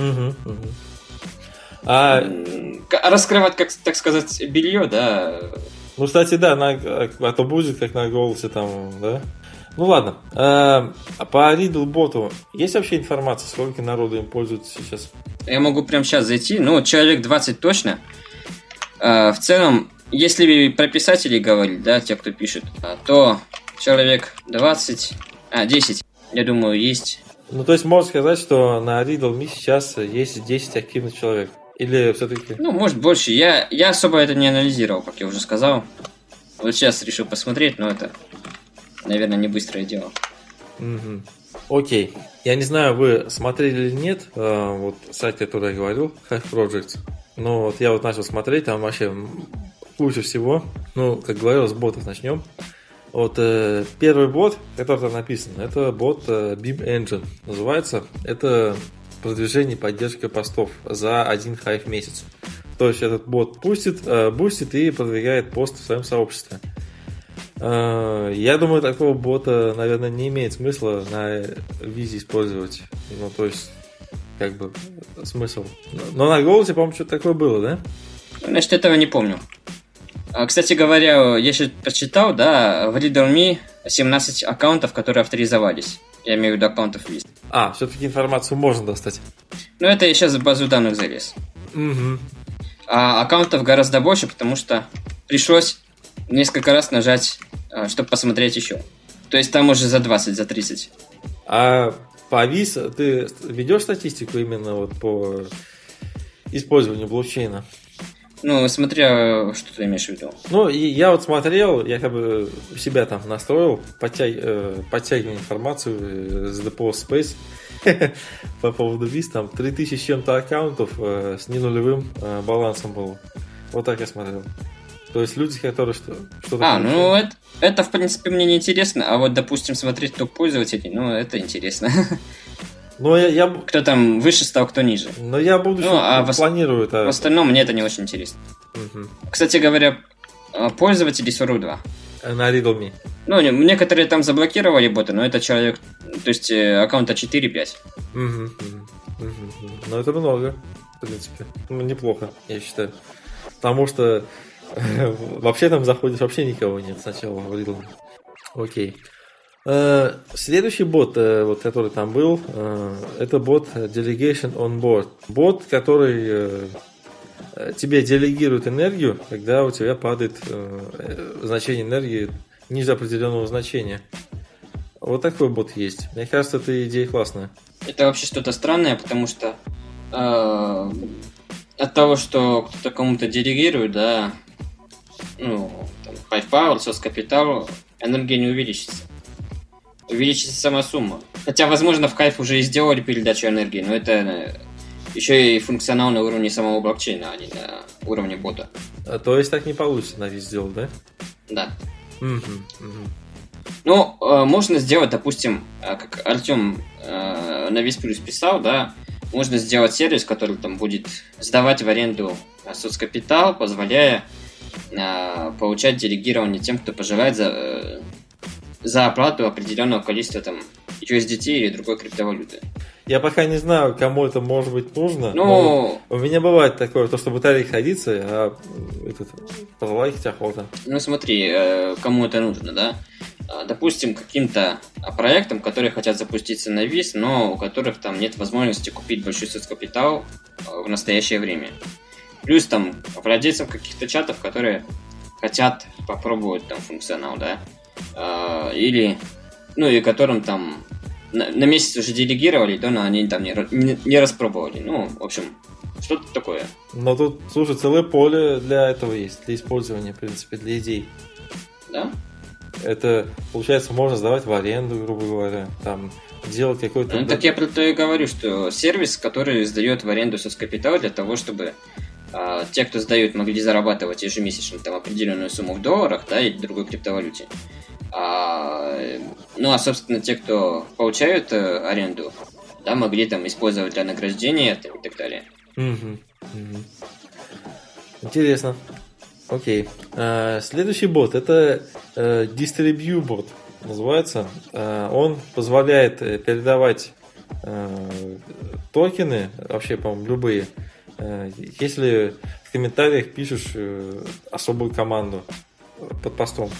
Раскрывать, как так сказать, белье, да. Ну, кстати, да, а то будет, как на голосе там, да? Ну ладно. А по Riddle боту есть вообще информация, сколько народу им пользуется сейчас? Я могу прямо сейчас зайти, человек 20 точно. В целом, если про писателей говорить, да, те, кто пишет, то человек 10, я думаю, есть. Ну, то есть можно сказать, что на Riddle.me сейчас есть 10 активных человек. Или все-таки... Ну, может, больше. Я особо это не анализировал, как я уже сказал. Вот сейчас решил посмотреть, но это, наверное, не быстрое дело. Окей. Я не знаю, вы смотрели или нет, вот сайт, который я говорил, Hive Projects. Но вот я вот начал смотреть, там вообще куча всего. Ну, как говорил, с ботов начнем. Вот первый бот, который там написан, это бот Beam Engine называется. Это продвижение и поддержка постов за один Hive месяц. То есть этот бот бустит и продвигает пост в своем сообществе. Я думаю, такого бота, наверное, не имеет смысла на Визе использовать. Ну, то есть, как бы, смысл. Но на голосе, по-моему, что-то такое было, да? Значит, этого не помню. Кстати говоря, я сейчас прочитал, да, в Riddle.me 17 аккаунтов, которые авторизовались. Я имею в виду аккаунтов Виз. Все-таки информацию можно достать. Ну, это я сейчас в базу данных залез. А аккаунтов гораздо больше, потому что пришлось несколько раз нажать, чтобы посмотреть еще. То есть там уже за 20, за 30. А по Виз ты ведешь статистику именно вот по использованию блокчейна? Ну, смотря, что ты имеешь в виду. Ну, я вот смотрел, я как бы себя там настроил, подтягиваю информацию с Depot Space по поводу Виз, там 3000 с чем-то аккаунтов с ненулевым балансом было. Вот так я смотрел. То есть люди, которые что-то... это в принципе мне не интересно, а вот, допустим, смотреть топ пользователей, это интересно. Ну, кто там выше стал, кто ниже. Но я буду планирую это. В остальном мне это не очень интересно. Кстати говоря, пользователи 42. На Riddle.me. Ну, некоторые там заблокировали боты, но это человек, то есть аккаунта 4-5. Но это много, в принципе. Ну, неплохо, я считаю. Потому что вообще там заходишь, вообще никого нет сначала в Riddle. Окей. Следующий бот, вот, который там был, это бот Delegation on Board. Бот, который тебе делегирует энергию, когда у тебя падает значение энергии ниже определенного значения. Вот такой бот есть. Мне кажется, эта идея классная. Это вообще что-то странное, потому что от того, что кто-то кому-то делегирует, да, ну, там, Hive Power, Source Capital, энергия не увеличится. Увеличится сама сумма. Хотя, возможно, в Hive уже и сделали передачу энергии, но это еще и функционал на уровне самого блокчейна, а не на уровне бота. То есть так не получится на вид сделать, да? Да. Ну, можно сделать, допустим, как Артем на Виз Плюс писал, да, можно сделать сервис, который там будет сдавать в аренду соцкапитал, позволяя получать делегирование тем, кто пожелает за оплату определенного количества там USDT или другой криптовалюты. Я пока не знаю, кому это может быть нужно. Ну, у меня бывает такое, то что батарейка садится, а пролайкать охота. Ну смотри, кому это нужно, да? Допустим, каким-то проектам, которые хотят запуститься на ВИЗ, но у которых там нет возможности купить большой соцкапитал в настоящее время. Плюс там владельцам каких-то чатов, которые хотят попробовать там функционал, да? Или, ну и которым там на месяц уже делегировали, да, но они там не распробовали. Ну, в общем, что-то такое. Но тут, слушай, целое поле для этого есть, для использования, в принципе, для идей. Да? Это, получается, можно сдавать в аренду, грубо говоря, там, делать какой-то... Ну, так я про то и говорю, что сервис, который сдает в аренду соцкапитал для того, чтобы те, кто сдают, могли зарабатывать ежемесячно там определенную сумму в долларах, да, или другой криптовалюте. Ну, а, собственно, те, кто получают аренду, да, могли там использовать для награждения там, и так далее. Интересно. Окей. Следующий бот, это Distribute бот называется. Он позволяет передавать токены, вообще, по-моему, любые, если в комментариях пишешь особую команду под постом.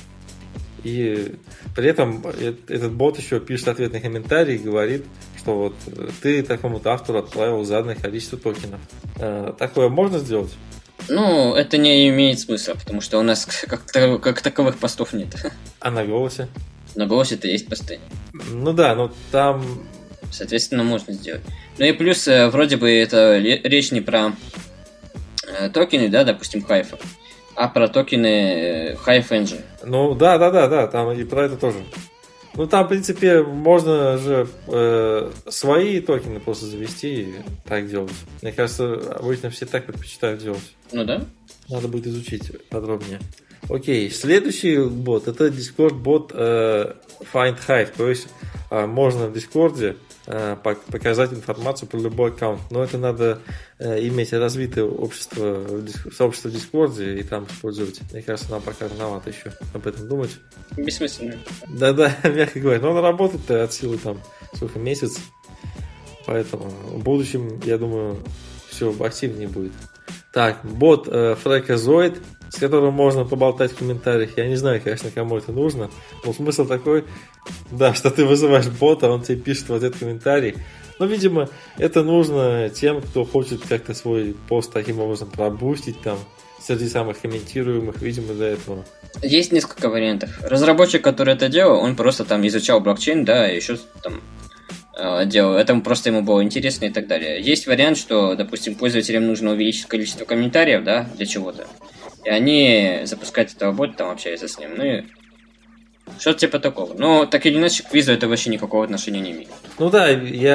И при этом этот бот еще пишет ответный комментарий и говорит, что вот ты такому-то автору отправил заданное количество токенов. Такое можно сделать? Ну, это не имеет смысла, потому что у нас как таковых постов нет. А на голосе? На голосе-то есть посты. Ну да, но там... Соответственно, можно сделать. Ну и плюс, вроде бы это речь не про токены, да, допустим, Hive, а про токены Hive Engine. Ну да, там и про это тоже. Ну там, в принципе, можно же свои токены просто завести и так делать. Мне кажется, обычно все так предпочитают делать. Ну да. Надо будет изучить подробнее. Окей, следующий бот, это Discord бот Find Hive. То есть можно в Discord показать информацию про любой аккаунт. Но это надо иметь развитое сообщество в Discord и там использовать. Мне кажется, нам пока рановато еще об этом думать. Бессмысленно. Да, мягко говоря. Но он работает от силы там сколько, месяц. Поэтому в будущем, я думаю, все активнее будет. Так, бот Freakazoid, с которым можно поболтать в комментариях. Я не знаю, конечно, кому это нужно. Но смысл такой, да, что ты вызываешь бота, он тебе пишет вот этот комментарий. Но, видимо, это нужно тем, кто хочет как-то свой пост таким образом пробустить там среди самых комментируемых, видимо, для этого. Есть несколько вариантов. Разработчик, который это делал, он просто там изучал блокчейн, да, и еще там делал. Это просто ему было интересно и так далее. Есть вариант, что, допустим, пользователям нужно увеличить количество комментариев, да, для чего-то. И они запускают этого бота, там общаются с ним. Ну и что-то типа такого. Но так или иначе, к визу это вообще никакого отношения не имеет. Ну да,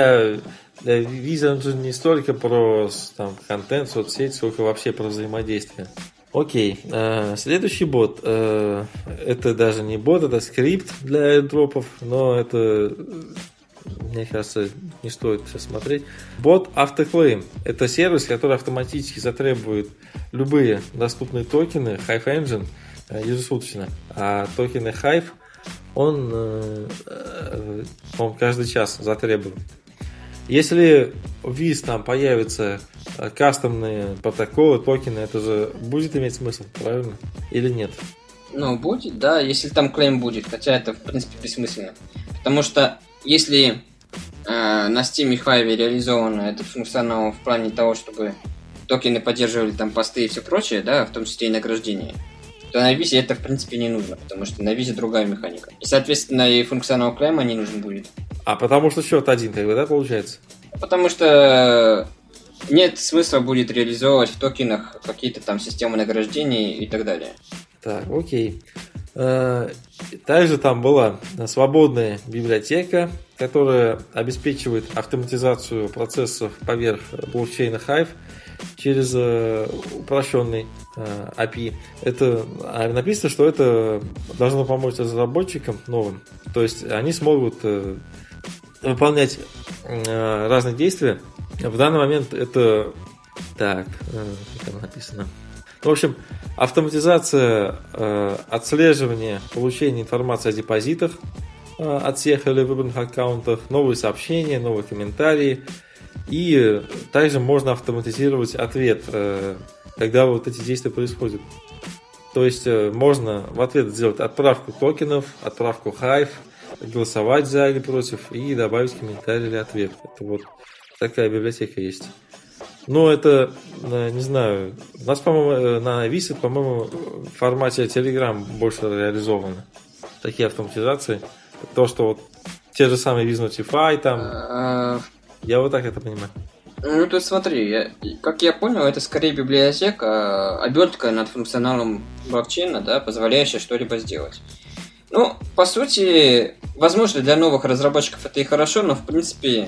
виза же не столько про там, контент, соцсеть, сколько вообще про взаимодействие. Окей, следующий бот. Это даже не бот, это скрипт для airdropов, но это, мне кажется, не стоит сейчас смотреть. Бот Autoclaim. Это сервис, который автоматически затребует любые доступные токены Hive Engine ежесуточно. А токены Hive он каждый час затребует. Если в ВИЗ там появятся кастомные протоколы, токены, это же будет иметь смысл, правильно? Или нет? Ну, будет, да, если там клейм будет, хотя это, в принципе, бессмысленно. Потому что если на Steam и Hive реализован этот функционал в плане того, чтобы токены поддерживали там посты и все прочее, да, в том числе и награждение, то на Визе это, в принципе, не нужно, потому что на Визе другая механика. И, соответственно, и функционал клейма не нужен будет. А потому что счет один, как бы, да, получается? Потому что нет смысла будет реализовывать в токенах какие-то там системы награждений и так далее. Так, окей. Также там была свободная библиотека, которая обеспечивает автоматизацию процессов поверх блокчейна Hive через упрощенный API. Это написано, что это должно помочь разработчикам новым. То есть они смогут выполнять разные действия. В данный момент это... Так, как там написано? В общем, автоматизация отслеживания, получения информации о депозитах от всех или выбранных аккаунтов, новые сообщения, новые комментарии. И также можно автоматизировать ответ, когда вот эти действия происходят. То есть можно в ответ сделать отправку токенов, отправку Hive, голосовать за или против и добавить комментарий или ответ. Это вот такая библиотека есть. Но это, не знаю, у нас, по-моему, на Visa, по-моему, в формате Telegram больше реализованы такие автоматизации. То, что вот те же самые Visa Notify там, я вот так это понимаю. Ну, тут смотри, как я понял, это скорее библиотека, обертка над функционалом блокчейна, да, позволяющая что-либо сделать. Ну, по сути, возможно, для новых разработчиков это и хорошо, но, в принципе,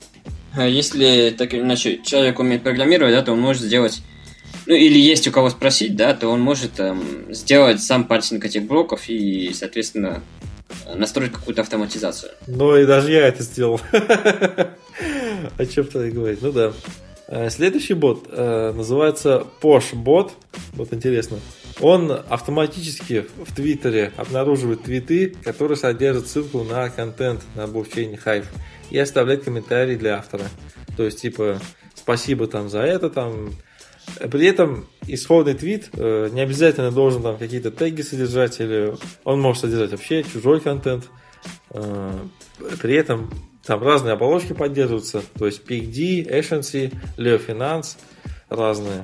если так или иначе человек умеет программировать, да, то он может сделать, ну, или есть у кого спросить, да, то он может сделать сам парсинг этих блоков и, соответственно, настроить какую-то автоматизацию. Ну, и даже я это сделал. О чем ты говоришь? Ну да. Следующий бот называется Posh-бот. Вот интересно. Он автоматически в Твиттере обнаруживает твиты, которые содержат ссылку на контент на блокчейне Hive, и оставляет комментарий для автора. То есть, типа, спасибо там за это, там. При этом исходный твит не обязательно должен там какие-то теги содержать, или он может содержать вообще чужой контент. При этом там разные оболочки поддерживаются, то есть PICD, Ascency, Leo Finance, разные.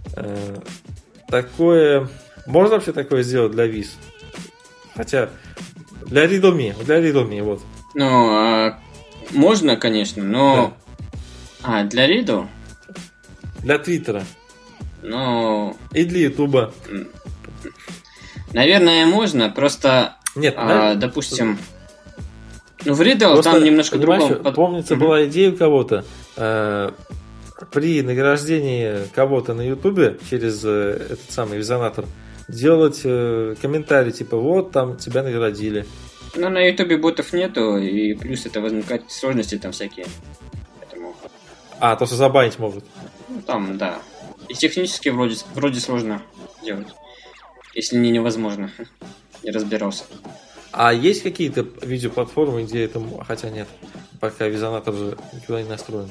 Такое... Можно вообще такое сделать для Viz? Хотя для Riddle.me, вот. Ну, можно, конечно, но... Да. Для Riddle? Для Твиттера. Ну... И для Ютуба. Наверное, можно, просто... Нет, допустим... Ну, в Riddle просто, там немножко другое. Помнится, была идея у кого-то при награждении кого-то на Ютубе через этот самый визонатор делать комментарий, типа, вот, там тебя наградили. Ну, на Ютубе ботов нету, и плюс это возникают сложности там всякие. Поэтому... то, что забанить могут. Ну, там, да. И технически вроде сложно делать. Если не невозможно. Не разбирался. А есть какие-то видеоплатформы, где это... Хотя нет, пока визонатор же никуда не настроен.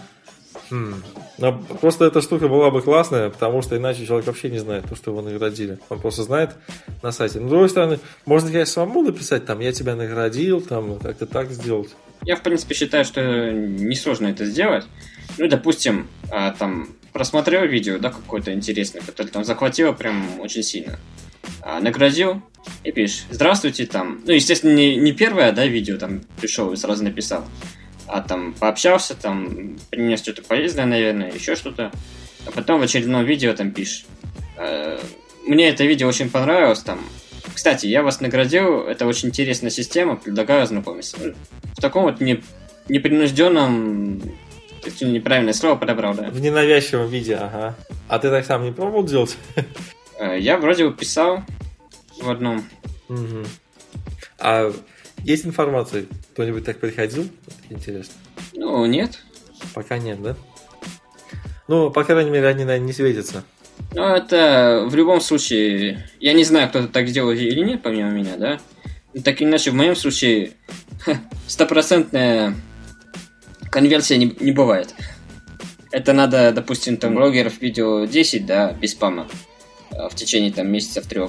Но просто эта штука была бы классная, потому что иначе человек вообще не знает то, что его наградили. Он просто знает на сайте. Но, с другой стороны, можно, конечно, самому написать, там, я тебя наградил, там, как-то так сделать. Я, в принципе, считаю, что несложно это сделать. Ну, допустим, там, просмотрел видео, да, какое-то интересное, которое там захватило прям очень сильно. Наградил и пишешь: здравствуйте, там. Ну, естественно, не первое, да, видео там пришел и сразу написал. Там пообщался, там, принес что-то полезное, наверное, еще что-то. А потом в очередном видео там пишешь: мне это видео очень понравилось, там. Кстати, я вас наградил, это очень интересная система, предлагаю ознакомиться. В таком вот непринужденном, неправильное слово подобрал, да. В ненавязчивом виде, ага. А ты так сам не пробовал делать? Я вроде бы писал в одном. Угу. А есть информация? Кто-нибудь так приходил? Интересно. Ну, нет. Пока нет, да? Ну, по крайней мере, они, наверное, не светятся. Ну, это в любом случае... Я не знаю, кто-то так сделал или нет, помимо меня, да? Но так или иначе, в моем случае, 100% конверсия не бывает. Это надо, допустим, там блогеров видео 10, да, без спама, в течение там месяцев 3,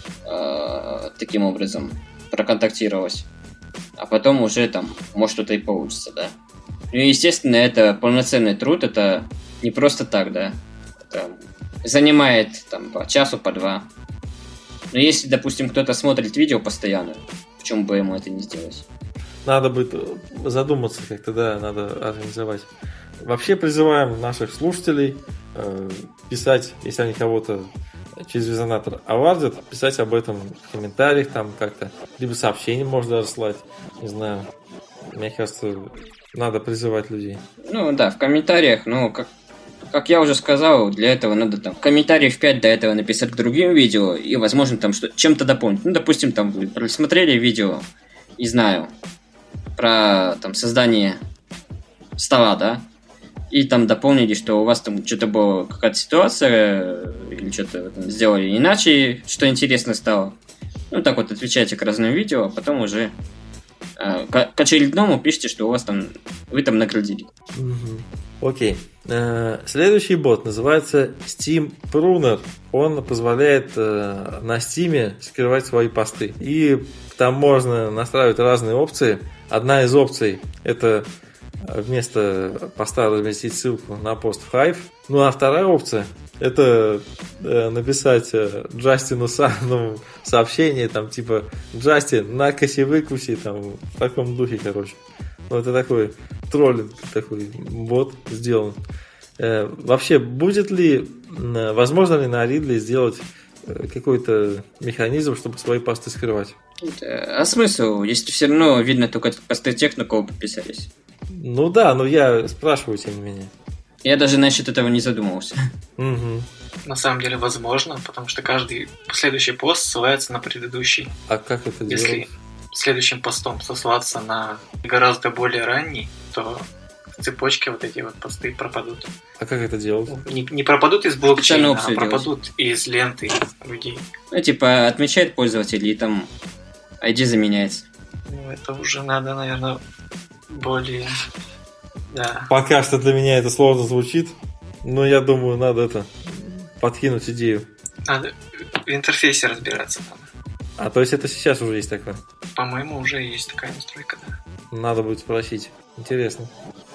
таким образом проконтактировать. А потом уже там, может, что-то и получится, да. Ну и, естественно, это полноценный труд, это не просто так, да. Это занимает там по часу, по 2. Но если, допустим, кто-то смотрит видео постоянно, почему бы ему это не сделать? Надо будет задуматься как-то, да, надо организовать. Вообще призываем наших слушателей писать, если они кого-то через резонатор овардят, писать об этом в комментариях там как-то, либо сообщение можно даже слать, не знаю. Мне кажется, надо призывать людей. Ну да, в комментариях, ну как я уже сказал, для этого надо там комментариев 5 до этого написать к другим видео и, возможно, там чем-то дополнить. Ну, допустим, там вы просмотрели видео, не знаю, про там создание стола, да, и там дополнили, что у вас там что-то была какая-то ситуация, или что-то там сделали иначе, что интересно стало. Ну, так вот отвечаете к разным видео, а потом уже к очередному пишите, что у вас там, вы там наградили. Окей. Следующий бот называется Steam Pruner. Он позволяет на Steam скрывать свои посты. И там можно настраивать разные опции. Одна из опций — это вместо поста разместить ссылку на пост в Hive. Ну а вторая опция — это написать Джастину Сану сообщение, там типа: Джастин, накоси-выкуси, там в таком духе, короче. Ну, это такой троллинг, такой бот сделан. Вообще, будет ли, возможно ли на Ридле сделать какой-то механизм, чтобы свои посты скрывать? А смысл, если все равно видно только посты тех, на кого подписались? Ну да, но я спрашиваю, тем не менее. Я даже насчет этого не задумывался. Угу. На самом деле возможно, потому что каждый последующий пост ссылается на предыдущий. А как это Если делать? следующим постом сослаться на гораздо более ранний, то в цепочке вот эти вот посты пропадут. А как это делать? Не пропадут из блокчейна, а опцию пропадут из ленты людей. Ну, типа, отмечает пользователь, и там ID заменяется. Ну, это уже надо, наверное, более... Да. Пока что для меня это сложно звучит, но я думаю, надо подкинуть идею. Надо в интерфейсе разбираться надо. А то есть это сейчас уже есть такое? По-моему, уже есть такая настройка, да. Надо будет спросить. Интересно.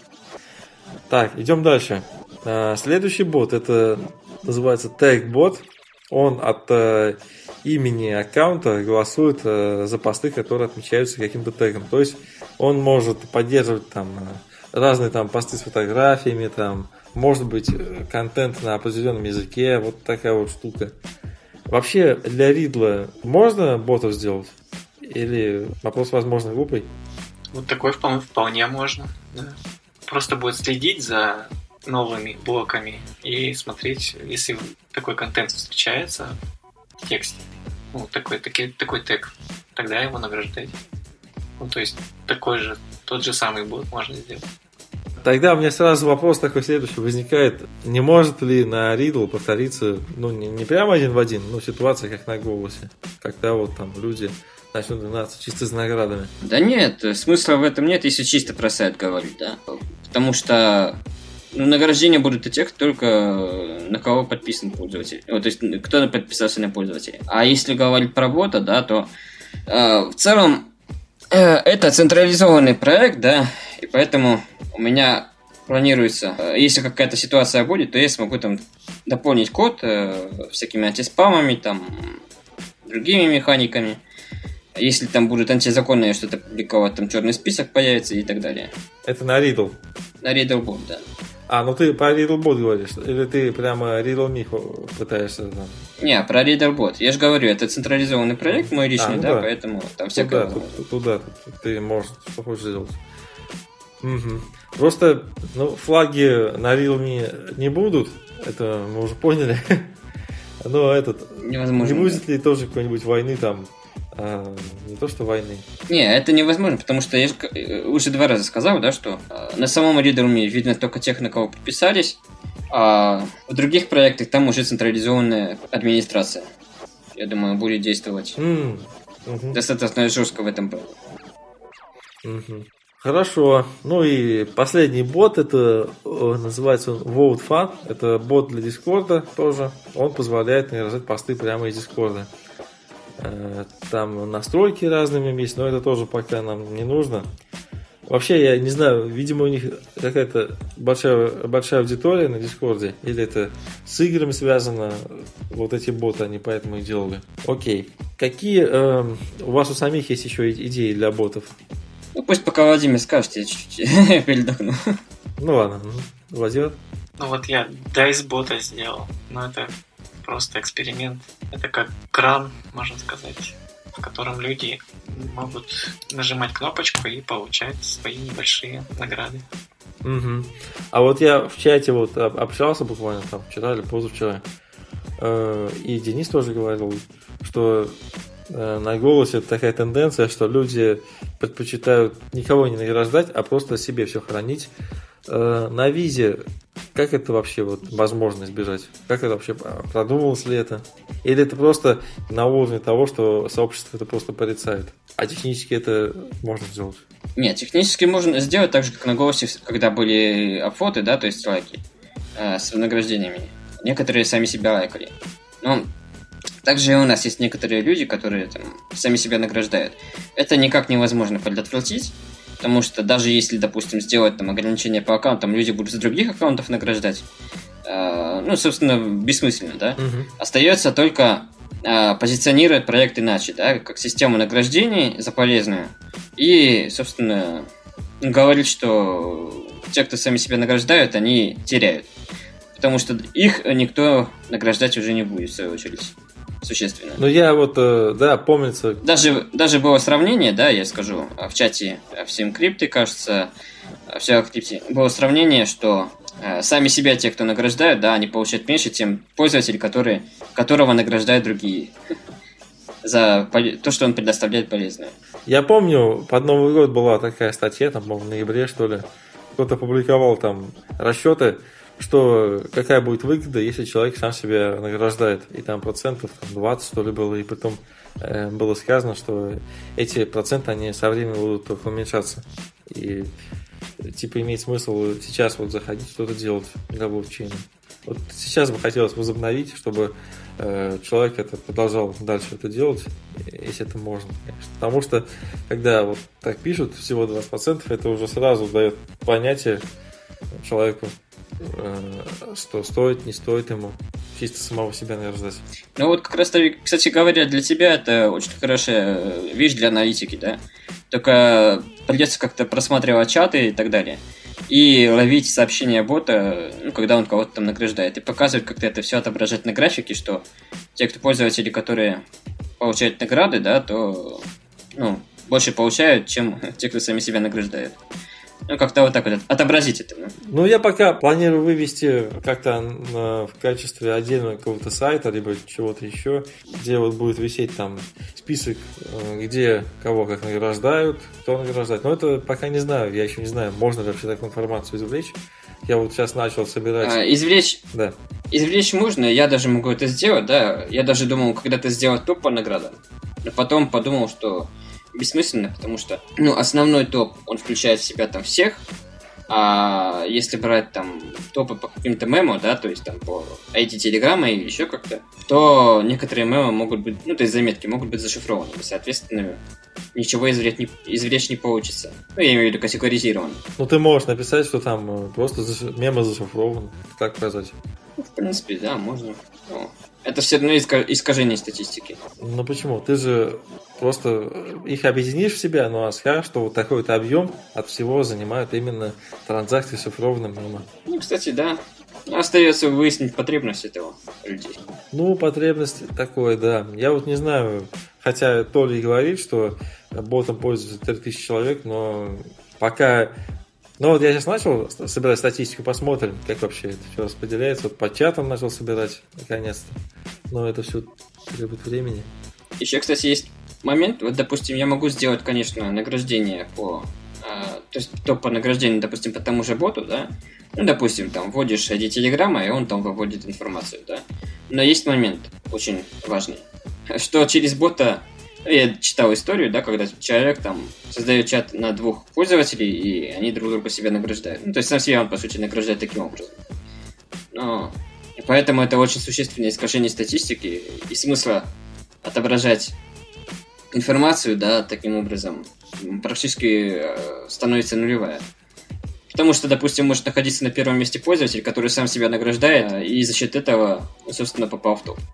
Так, идем дальше. Следующий бот, это называется TagBot. Он от имени аккаунта голосует за посты, которые отмечаются каким-то тегом. То есть он может поддерживать там разные там посты с фотографиями, там, может быть, контент на определенном языке, вот такая вот штука. Вообще, для Ридла можно ботов сделать? Или вопрос, возможно, глупый? Вот такой вполне можно, да. Просто будет следить за новыми блоками и смотреть, если такой контент встречается в тексте, ну, такой тег, тогда его награждать. Ну, то есть, тот же самый бот можно сделать. Тогда у меня сразу вопрос такой следующий возникает. Не может ли на Ридл повториться, ну, не прямо один в один, но ситуация, как на голосе? Когда вот там люди начнут драться чисто с наградами. Да нет, смысла в этом нет, если чисто про сайт говорить, да. Потому что награждения будут у тех, только на кого подписан пользователь. Вот, то есть, кто подписался на пользователя. А если говорить про бота, да, то в целом это централизованный проект, да, и поэтому у меня планируется, если какая-то ситуация будет, то я смогу там дополнить код всякими антиспамами, там, другими механиками. Если там будут антизаконные что-то публиковать, там черный список появится и так далее. Это на Riddle? На Riddlebot, да. А, ну ты про Riddlebot говоришь? Или ты прямо Riddle.me пытаешься там? Не, про Riddlebot. Я же говорю, это централизованный проект мой личный, ну да, поэтому там всякое... Туда ты можешь, что хочешь сделать. Угу. Просто, флаги на Riddle.me не будут, это мы уже поняли. Но невозможно, не будет ли тоже какой-нибудь войны там? Не то что войны. Не, это невозможно, потому что я уже 2 раза сказал, да, что на самом Riddle.me видно только тех, на кого подписались, а в других проектах там уже централизованная администрация. Я думаю, будет действовать достаточно жестко в этом плане. Хорошо. Ну и последний бот, это называется он VoteFan. Это бот для Дискорда тоже. Он позволяет награждать посты прямо из Дискорда. Там настройки разными есть, но это тоже пока нам не нужно. Вообще, я не знаю, видимо, у них какая-то большая аудитория на Дискорде, или это с играми связано, вот эти боты, они поэтому и делали. Окей. Какие у вас у самих есть еще идеи для ботов? Ну, пусть пока Владимир скажет, я чуть-чуть передохну. Ну ладно, Владимир. Ну вот я DICE-бота сделал, но это просто эксперимент. Это как кран, можно сказать, в котором люди могут нажимать кнопочку и получать свои небольшие награды. Угу. А вот я в чате вот общался буквально там вчера или позавчера, и Денис тоже говорил, что на голосе такая тенденция, что люди предпочитают никого не награждать, а просто себе все хранить. На визе как это вообще вот возможно избежать? Как это вообще продумывалось ли это? Или это просто на уровне того, что сообщество это просто порицает? А технически это можно сделать? Нет, технически можно сделать так же, как на голосе, когда были апфоты, да, то есть лайки с награждениями. Некоторые сами себя лайкали. Но также и у нас есть некоторые люди, которые там сами себя награждают. Это никак невозможно предотвратить, потому что даже если, допустим, сделать там ограничение по аккаунтам, люди будут с других аккаунтов награждать. Ну, собственно, бессмысленно, да? Остается только позиционировать проект иначе, да, как систему награждений за полезную. И, собственно, говорить, что те, кто сами себя награждают, они теряют. Потому что их никто награждать уже не будет, в свою очередь. Существенно. Ну, я вот, да, помнится... Даже было сравнение, да, я скажу, в чате всем крипты, кажется, все крипте, было сравнение, что сами себя те, кто награждают, да, они получают меньше, чем пользователи, которого награждают другие за то, что он предоставляет полезное. Я помню, под Новый год была такая статья, там, по-моему, в ноябре, что ли, кто-то публиковал там расчеты, что какая будет выгода, если человек сам себя награждает. И там процентов 20, что ли, было. И потом было сказано, что эти проценты, они со временем будут только уменьшаться. И типа имеет смысл сейчас вот заходить, что-то делать для блокчейна. Вот сейчас бы хотелось возобновить, чтобы человек это продолжал дальше это делать, если это можно, конечно. Потому что, когда вот так пишут, всего 20%, это уже сразу дает понятие человеку, что стоит, не стоит ему чисто самого себя награждать. Ну вот как раз, кстати говоря, для тебя это очень хорошая вещь для аналитики, да? Только придется как-то просматривать чаты и так далее. И ловить сообщения бота, ну, когда он кого-то там награждает. И показывать, как-то это все отображать на графике, что те, кто пользователи, которые получают награды, да, то больше получают, чем те, кто сами себя награждают. Ну, как-то вот так вот отобразить это. Ну, я пока планирую вывести как-то в качестве отдельного какого-то сайта, либо чего-то еще, где вот будет висеть там список, где кого как награждают, кто награждает. Но это пока не знаю, я еще не знаю, можно ли вообще такую информацию извлечь. Я вот сейчас начал собирать... Извлечь? Да. Извлечь можно, я даже могу это сделать, да. Я даже думал когда-то сделать топ по наградам. Но потом подумал, что бессмысленно, потому что, основной топ, он включает в себя там всех, а если брать там топы по каким-то мемо, да, то есть там по ID Телеграма или еще как-то, то некоторые мемо могут быть, то есть заметки могут быть зашифрованы, соответственно, ничего извлечь не получится. Я имею в виду категоризировано. Ты можешь написать, что там просто мемо зашифрован, как сказать? В принципе, да, можно. Это все равно искажение статистики. Почему? Ты же просто их объединишь в себя, а скажешь, что вот такой-то объем от всего занимают именно транзакции с шифрованным мемо. Кстати, да. Остается выяснить потребность этого людей. Потребность такое, да. Я вот не знаю, хотя Толя и говорит, что ботом пользуется 3000 человек, но пока... вот я сейчас начал собирать статистику, посмотрим, как вообще это все распределяется. Вот по чатам начал собирать, наконец-то. Но это все требует времени. Еще, кстати, есть момент. Вот, допустим, я могу сделать, конечно, награждение то есть топ по награждению, допустим, по тому же боту, да? Допустим, там вводишь ID Телеграма, и он там выводит информацию, да? Но есть момент очень важный, что через бота Я читал историю, да, когда человек там создает чат на 2 пользователей, и они друг друга себя награждают. Ну, то есть сам себя он, по сути, награждает таким образом. Но... И поэтому это очень существенное искажение статистики и смысла отображать информацию, да, таким образом практически становится нулевая. Потому что, допустим, может находиться на первом месте пользователь, который сам себя награждает, и за счет этого, собственно, попал в топ.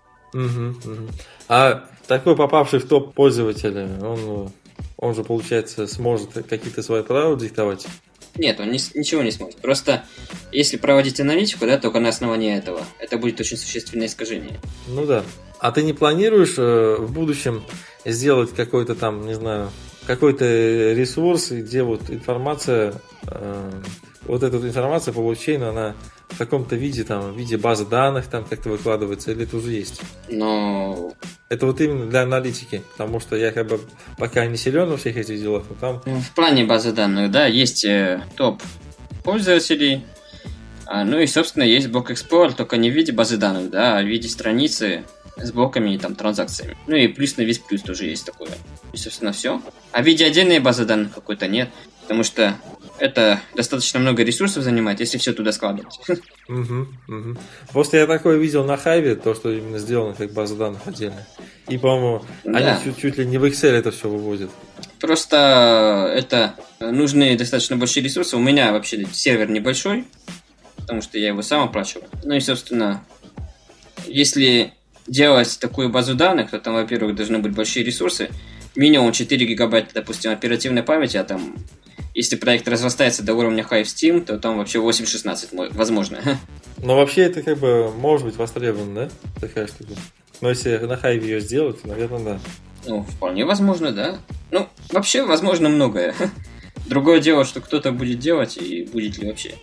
А такой попавший в топ пользователь, он же, получается, сможет какие-то свои правила диктовать? Нет, он ничего не сможет. Просто если проводить аналитику, да, только на основании этого, это будет очень существенное искажение. Ну да. А ты не планируешь в будущем сделать какой-то там, не знаю, какой-то ресурс, где вот информация, вот эта информация блокчейна, она в каком-то виде, там, в виде базы данных там как-то выкладывается, или это уже есть? Но... Это вот именно для аналитики, потому что я как бы пока не силен во всех этих делах, но там... В плане базы данных, да, есть топ пользователей, ну и, собственно, есть блок Explorer, только не в виде базы данных, да, а в виде страницы с блоками и там транзакциями. Ну и плюс на весь плюс тоже есть такое. И, собственно, все. А в виде отдельной базы данных какой-то нет, потому что это достаточно много ресурсов занимает, если все туда складывать. Просто я такое видел на Hive, то, что именно сделано как база данных отдельно. И, по-моему, они чуть ли не в Excel это все выводят. Просто это нужны достаточно большие ресурсы. У меня вообще сервер небольшой, потому что я его сам оплачиваю. Ну и, собственно, если делать такую базу данных, то там, во-первых, должны быть большие ресурсы. Минимум 4 гигабайта, допустим, оперативной памяти, а там, если проект разрастается до уровня Hive Steam, то там вообще 8.16 возможно. Но вообще это как бы может быть востребовано, да? Такая штука. Но если на Hive ее сделать, то, наверное, да. Ну, вполне возможно, да. Ну, вообще, возможно, многое. Другое дело, что кто-то будет делать, и будет ли вообще.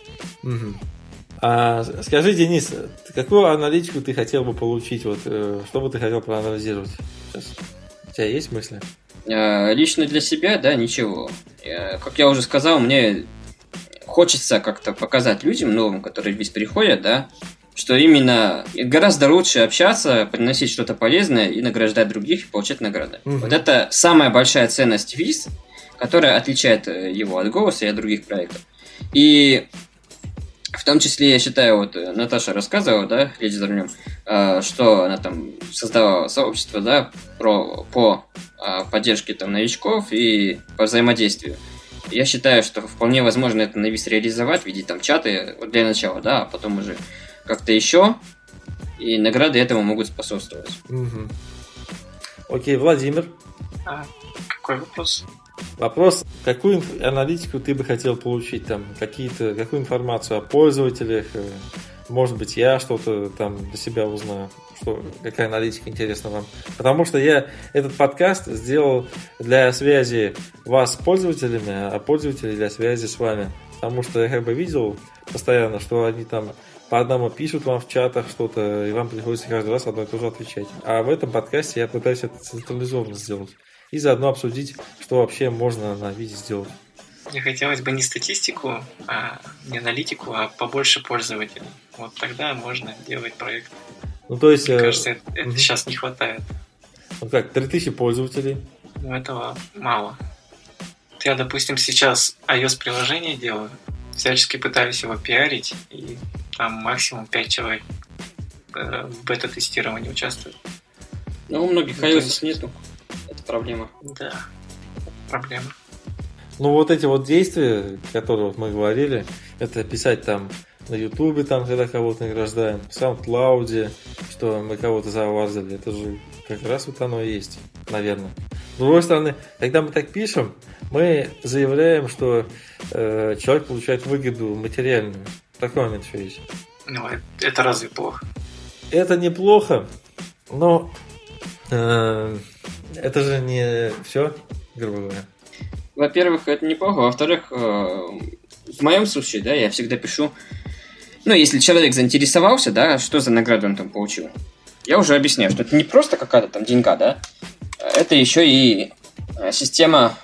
А скажи, Денис, какую аналитику ты хотел бы получить? Вот, что бы ты хотел проанализировать сейчас? У тебя есть мысли? Лично для себя, да, ничего. Как я уже сказал, мне хочется как-то показать людям новым, которые здесь приходят, да, что именно гораздо лучше общаться, приносить что-то полезное и награждать других, и получать награды. Вот это самая большая ценность ВИЗ, которая отличает его от Голоса и от других проектов. И в том числе, я считаю, вот Наташа рассказывала, да, «Леди за рулем», что она там создавала сообщество, да, по поддержке там новичков и по взаимодействию. Я считаю, что вполне возможно это на ВИЗ реализовать в виде там чаты вот для начала, да, а потом уже как-то еще, и награды этому могут способствовать. Окей, Владимир. Какой вопрос? Вопрос, какую аналитику ты бы хотел получить, там, какую информацию о пользователях, может быть, я что-то там для себя узнаю, какая аналитика интересна вам. Потому что я этот подкаст сделал для связи вас с пользователями, а пользователей для связи с вами. Потому что я как бы видел постоянно, что они там по одному пишут вам в чатах что-то, и вам приходится каждый раз одно и то же отвечать. А в этом подкасте я пытаюсь это централизованно сделать. И заодно обсудить, что вообще можно на виде сделать. Мне хотелось бы не статистику, не аналитику, а побольше пользователей. Вот тогда можно делать проект. Ну, то есть... Мне кажется, это сейчас не хватает. Ну как, 3000 пользователей? Ну, этого мало. Я, допустим, сейчас iOS-приложение делаю, всячески пытаюсь его пиарить, и там максимум 5 человек в бета-тестировании участвуют. Ну, у многих iOS нету. Это проблема. Да, проблема. Ну, вот эти вот действия, которые вот мы говорили, это писать там на Ютубе, там, когда кого-то награждаем, в SoundCloud, что мы кого-то завазали, это же как раз вот оно и есть, наверное. С другой стороны, когда мы так пишем, мы заявляем, что человек получает выгоду материальную. Такой момент еще есть. Ну, это разве плохо? Это неплохо, но это же не все, грубо говоря. Во-первых, это неплохо. Во-вторых, в моем случае, да, я всегда пишу, ну, если человек заинтересовался, да, что за награду он там получил, я уже объясняю, что это не просто какая-то там деньга, да, это еще и система,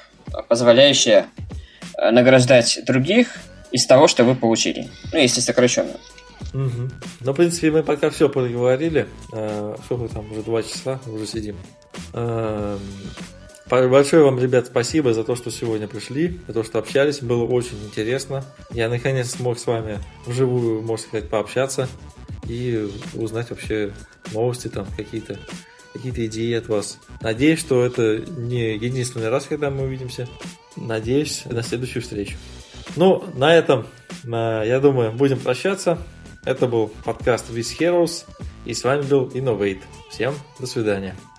позволяющая награждать других из того, что вы получили. Ну, если сокращенно. Угу. Ну, в принципе, мы пока все проговорили. Сколько там, уже 2 часа, уже сидим. Большое вам, ребят, спасибо за то, что сегодня пришли, за то, что общались. Было очень интересно. Я наконец смог с вами вживую, можно сказать, пообщаться и узнать вообще новости, там какие-то идеи от вас. Надеюсь, что это не единственный раз, когда мы увидимся. Надеюсь на следующую встречу. Ну, на этом, я думаю, будем прощаться. Это был подкаст With Heroes, и с вами был Innovate. Всем до свидания.